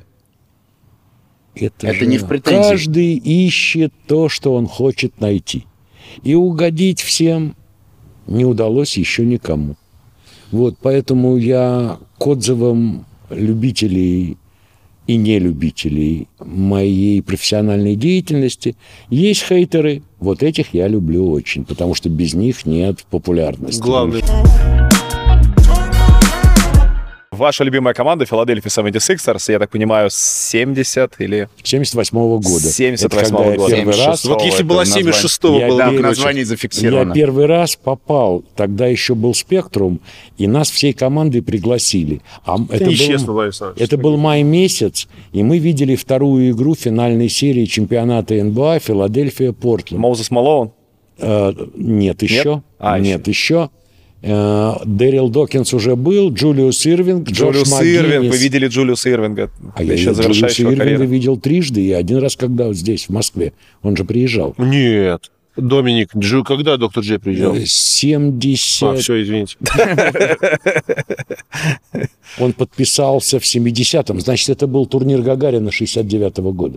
Это, это не в претензии. Каждый ищет то, что он хочет найти. И угодить всем не удалось еще никому. Вот, поэтому я к отзывам любителей и нелюбителей моей профессиональной деятельности есть хейтеры. Вот этих я люблю очень, потому что без них нет популярности. Главное. Ваша любимая команда Philadelphia семьдесят шестерс, я так понимаю, с семьдесят или... семьдесят восьмого года. семьдесят восьмого года. Первый раз... Вот если была семьдесят шестого, было да, бы в названии зафиксировано. Я первый раз попал, тогда еще был «Спектрум», и нас всей командой пригласили. А это это нечестно, был, Владимир Александрович. Это был май месяц, и мы видели вторую игру финальной серии чемпионата эн бэ а «Филадельфия-Портленд». Моузес Малоун? Э, нет, еще. Нет, а, нет еще. еще. Дэрил Докинс уже был, Джулиус Ирвинг, Джулиус Джош Ирвинг, Магиннис. вы видели Джулиуса Ирвинга? А я еще Джулиуса Ирвинга карьеру. видел трижды, и один раз, когда вот здесь, в Москве. Он же приезжал. Нет. Доминик, Джу, когда доктор Джей приезжал? семьдесят... А, все, извините. Он подписался в семидесятом. Значит, это был турнир Гагарина шестьдесят девятого года.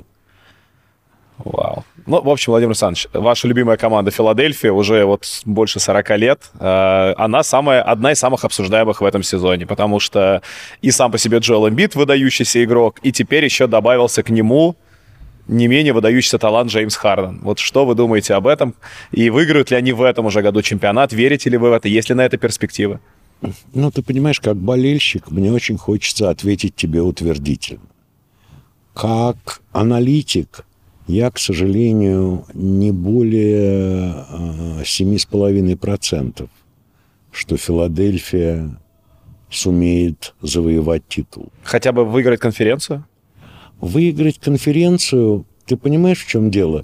Вау. Ну, в общем, Владимир Александрович, ваша любимая команда Филадельфия уже вот больше сорока лет. Она самая, одна из самых обсуждаемых в этом сезоне, потому что и сам по себе Джоэл Эмбит выдающийся игрок, и теперь еще добавился к нему не менее выдающийся талант Джеймс Харден. Вот что вы думаете об этом? И выиграют ли они в этом уже году чемпионат? Верите ли вы в это? Есть ли на это перспективы? Ну, ты понимаешь, как болельщик, мне очень хочется ответить тебе утвердительно. Как аналитик, я, к сожалению, не более семь с половиной процентов, что Филадельфия сумеет завоевать титул. Хотя бы выиграть конференцию? Выиграть конференцию, ты понимаешь, в чем дело?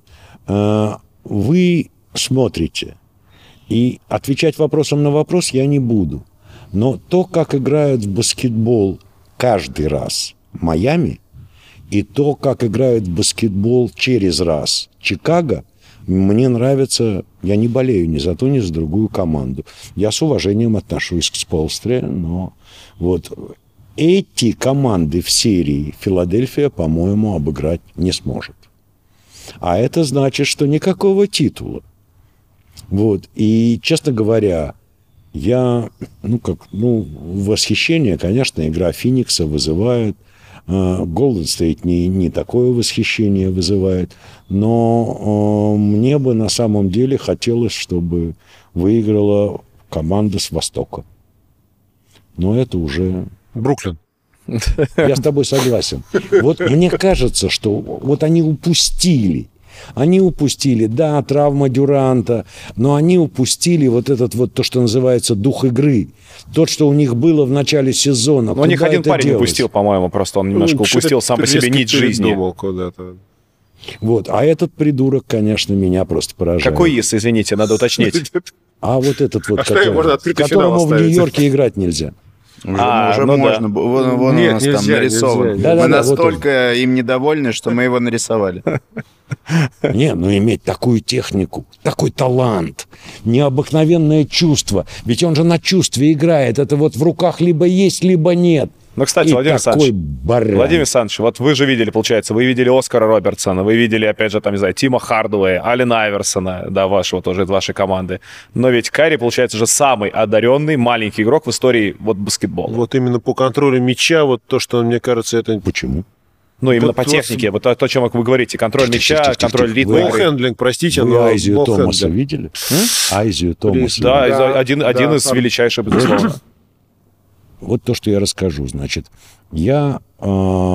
Вы смотрите, и отвечать вопросом на вопрос я не буду. Но то, как играют в баскетбол каждый раз Майами, и то, как играют в баскетбол через раз Чикаго, мне нравится. Я не болею ни за ту, ни за другую команду. Я с уважением отношусь к Сполстре, но вот эти команды в серии Филадельфия, по-моему, обыграть не сможет. А это значит, что никакого титула. Вот. И, честно говоря, я, ну, как, ну, восхищение, конечно, игра Феникса вызывает. Голден Стейт не, не такое восхищение вызывает, но э, мне бы на самом деле хотелось, чтобы выиграла команда с Востока. Но это уже... Бруклин. Я с тобой согласен. Вот мне кажется, что вот они упустили. Они упустили, да, травма Дюранта, но они упустили вот этот вот, то, что называется, дух игры. Тот, что у них было в начале сезона. Но у них один парень делось? упустил, по-моему, просто он немножко ну, упустил сам по себе нить жизни. Куда-то. Вот, а этот придурок, конечно, меня просто поражает. Какой из, извините, надо уточнить. А вот этот вот, а который, которому в Нью-Йорке играть нельзя. Уже, а, уже ну можно. Да. Вон, вон Нет, у нас нельзя, там нарисован. нельзя. Да, Мы да, настолько вот им недовольны, что мы его нарисовали. Не, ну иметь такую технику, такой талант, необыкновенное чувство. Ведь он же на чувстве играет. Это вот в руках либо есть, либо нет. Ну, кстати, И Владимир такой Александрович, баран. Владимир Александрович, вот вы же видели, получается, вы видели Оскара Робертсона, вы видели, опять же, там, не знаю, Тима Хардуэя, Аллена Айверсона, да, вашего тоже, из вашей команды. Но ведь Карри, получается, же самый одаренный маленький игрок в истории вот баскетбола. Вот именно по контролю мяча, вот то, что, мне кажется, это... Почему? Ну, именно вот по технике, вот то, о чем вы говорите, контроль Тих, мяча, тих, тих, контроль тих, ритма. Болл-хендлинг, простите, Вы но... Айзию Томаса болл-хендлинг. видели? Айзию Томаса. Да, Да, один, да, один да, из да. величайших, безусловно. Вот то, что я расскажу. Значит, я э,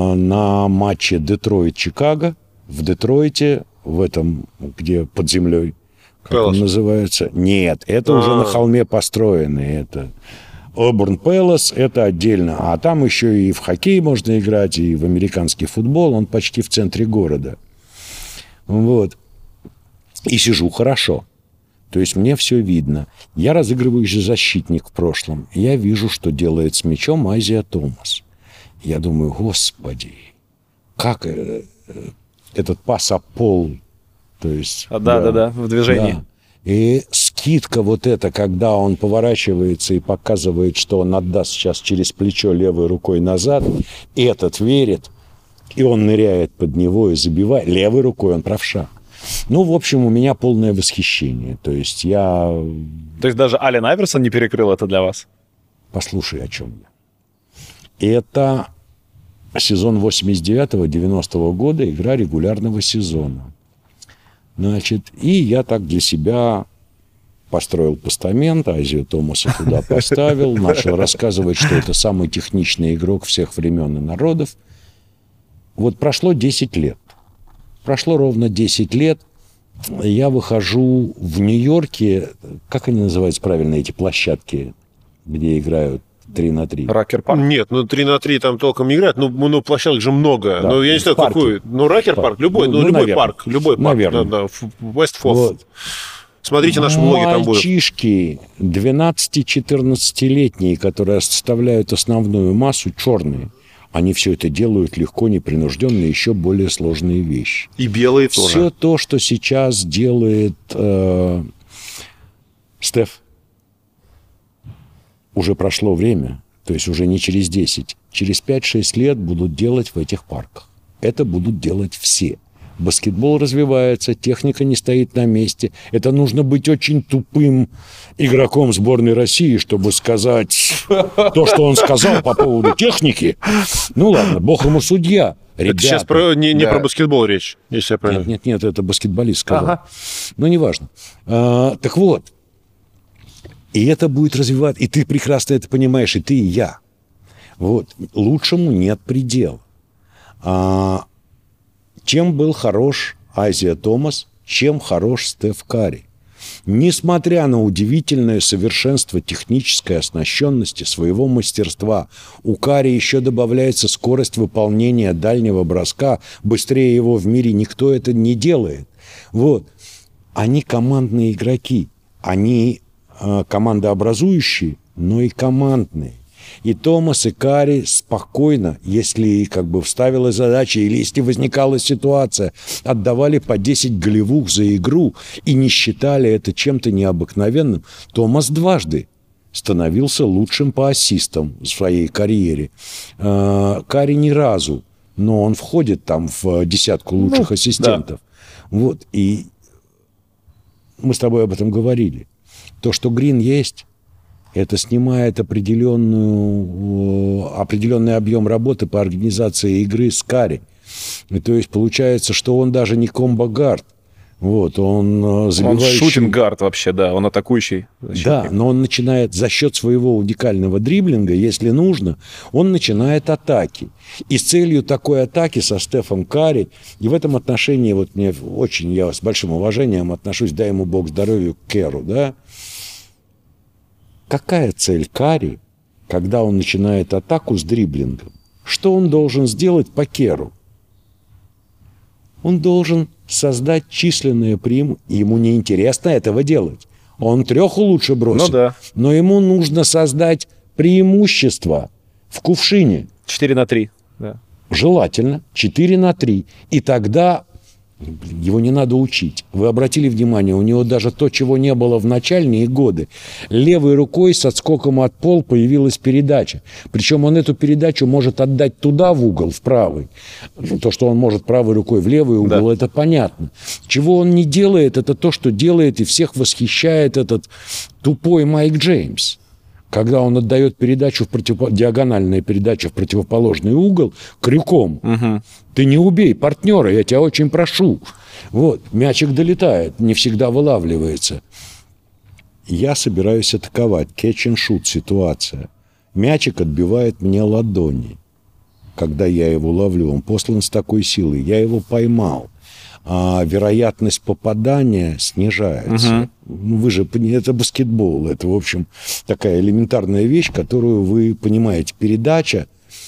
на матче Детройт-Чикаго, в Детройте, в этом, где под землей, как Пэлас. он называется? Нет, это А. уже на холме построено. Это Оберн Пэлас, это отдельно. А там еще и в хоккей можно играть, и в американский футбол. Он почти в центре города. Вот. И сижу хорошо. То есть мне все видно. Я разыгрывающий защитник в прошлом. Я вижу, что делает с мячом Айзия Томас. Я думаю, господи, как э, этот пас об пол. То есть, А, да, да, да, в движении. да. И скидка вот эта, когда он поворачивается и показывает, что он отдаст сейчас через плечо левой рукой назад, и этот верит, и он ныряет под него и забивает. Левой рукой он правша. Ну, в общем, у меня полное восхищение. То есть я... То есть даже Аллен Айверсон не перекрыл это для вас? Послушай, о чем я. Это сезон восемьдесят девятого — девяностого года, игра регулярного сезона. Значит, и я так для себя построил постамент, Азию Томаса туда поставил, начал рассказывать, что это самый техничный игрок всех времен и народов. Вот прошло десять лет. Прошло ровно десять лет. Я выхожу в Нью-Йорке, как они называются правильно, эти площадки, где играют три на три? Ракер-парк? Нет, ну три на три там толком не играют, ну, ну площадок же много. Да. Ну, я не знаю, какой. Ну, Ракер-парк, любой, ну, ну, любой наверное. парк. Любой парк. Наверное. Да, да. Вестфорд. Вот. Смотрите наши блоги, там будут. Мальчишки двенадцати-четырнадцатилетние, которые составляют основную массу, черные, они все это делают легко, непринужденно, еще более сложные вещи. И белые тоже. Все то, что сейчас делает э, Стеф, уже прошло время, то есть уже не через десять, через пять-шесть лет будут делать в этих парках. Это будут делать все. Баскетбол развивается, техника не стоит на месте. Это нужно быть очень тупым игроком сборной России, чтобы сказать то, что он сказал по поводу техники. Ну ладно, бог ему судья. Ребята, это сейчас про, не, не да. про баскетбол речь, если я правильно. Нет, нет, нет, это баскетболист сказал. Ага. Но неважно. А, так вот, и это будет развиваться, и ты прекрасно это понимаешь, и ты, и я. Вот, лучшему нет предела. А, чем был хорош Азия Томас, чем хорош Стеф Карри. Несмотря на удивительное совершенство технической оснащенности своего мастерства, у Карри еще добавляется скорость выполнения дальнего броска. Быстрее его в мире никто это не делает. Вот. Они командные игроки. Они э, командообразующие, но и командные. И Томас, и Карри спокойно, если как бы вставила задача или если возникала ситуация, отдавали по десять голевух за игру и не считали это чем-то необыкновенным. Томас дважды становился лучшим по ассистам в своей карьере. Карри ни разу, но он входит там в десятку лучших ну, ассистентов. Да. Вот, и мы с тобой об этом говорили. То, что Грин есть, это снимает определенную, определенный объем работы по организации игры с Карри. И то есть получается, что он даже не комбо-гард. Вот, он забивающий... Он шутинг-гард вообще, да, он атакующий. Защитник. Да, но он начинает за счет своего уникального дриблинга, если нужно, он начинает атаки. И с целью такой атаки со Стефом Карри, и в этом отношении вот мне очень, я с большим уважением отношусь, дай ему Бог здоровья, к Керу, да. Какая цель Карри, когда он начинает атаку с дриблингом? Что он должен сделать по Керу? Он должен создать численное преимущество. Ему неинтересно этого делать. Он треху лучше бросит. Ну, да. Но ему нужно создать преимущество в кувшине. четыре на три. Да. Желательно четыре на три. И тогда... Его не надо учить. Вы обратили внимание, у него даже то, чего не было в начальные годы. Левой рукой с отскоком от пола появилась передача. Причем он эту передачу может отдать туда, в угол, в правый. То, что он может правой рукой в левый угол, да. Это понятно. Чего он не делает, это то, что делает и всех восхищает этот тупой Майк Джеймс. Когда он отдает передачу в против... диагональную передачу в противоположный угол крюком. Угу. Ты не убей партнера, я тебя очень прошу. Вот, мячик долетает, не всегда вылавливается. Я собираюсь атаковать. Catch and shoot ситуация. Мячик отбивает мне ладони. Когда я его ловлю, он послан с такой силой. Я его поймал. А вероятность попадания снижается. Угу. Вы же, это баскетбол, это, в общем, такая элементарная вещь, которую вы понимаете. Передача,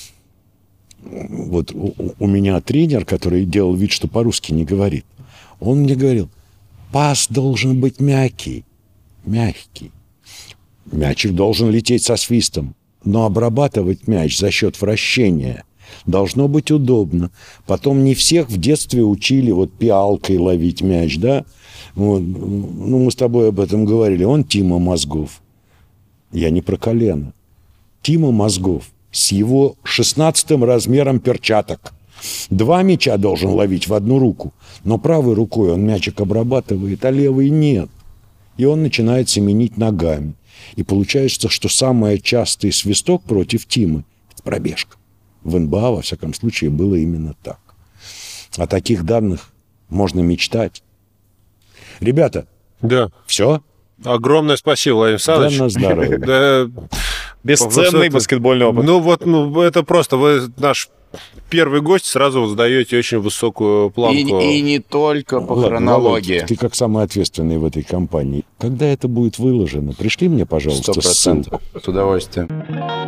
вот у, у меня тренер, который делал вид, что по-русски не говорит, он мне говорил, пас должен быть мягкий, мягкий. Мячик должен лететь со свистом, но обрабатывать мяч за счет вращения должно быть удобно. Потом не всех в детстве учили вот пиалкой ловить мяч, да? Вот. Ну, мы с тобой об этом говорили. Он Тима Мозгов. Я не про колено. Тима Мозгов с его шестнадцатым размером перчаток. Два мяча должен ловить в одну руку, но правой рукой он мячик обрабатывает, а левой нет. И он начинает семенить ногами. И получается, что самый частый свисток против Тимы – это пробежка. В эн бэ а, во всяком случае, было именно так. О таких данных можно мечтать. Ребята, да. Все? Огромное спасибо, Владимир Александрович. Да, на здоровье. Да, Бесценный баскетбольный опыт. Ну вот, ну, это просто вы наш первый гость, сразу задаете очень высокую планку. И, и не только по Ладно, хронологии. Володь, ты как самый ответственный в этой компании. Когда это будет выложено, пришли мне, пожалуйста, Сто процентов. С удовольствием.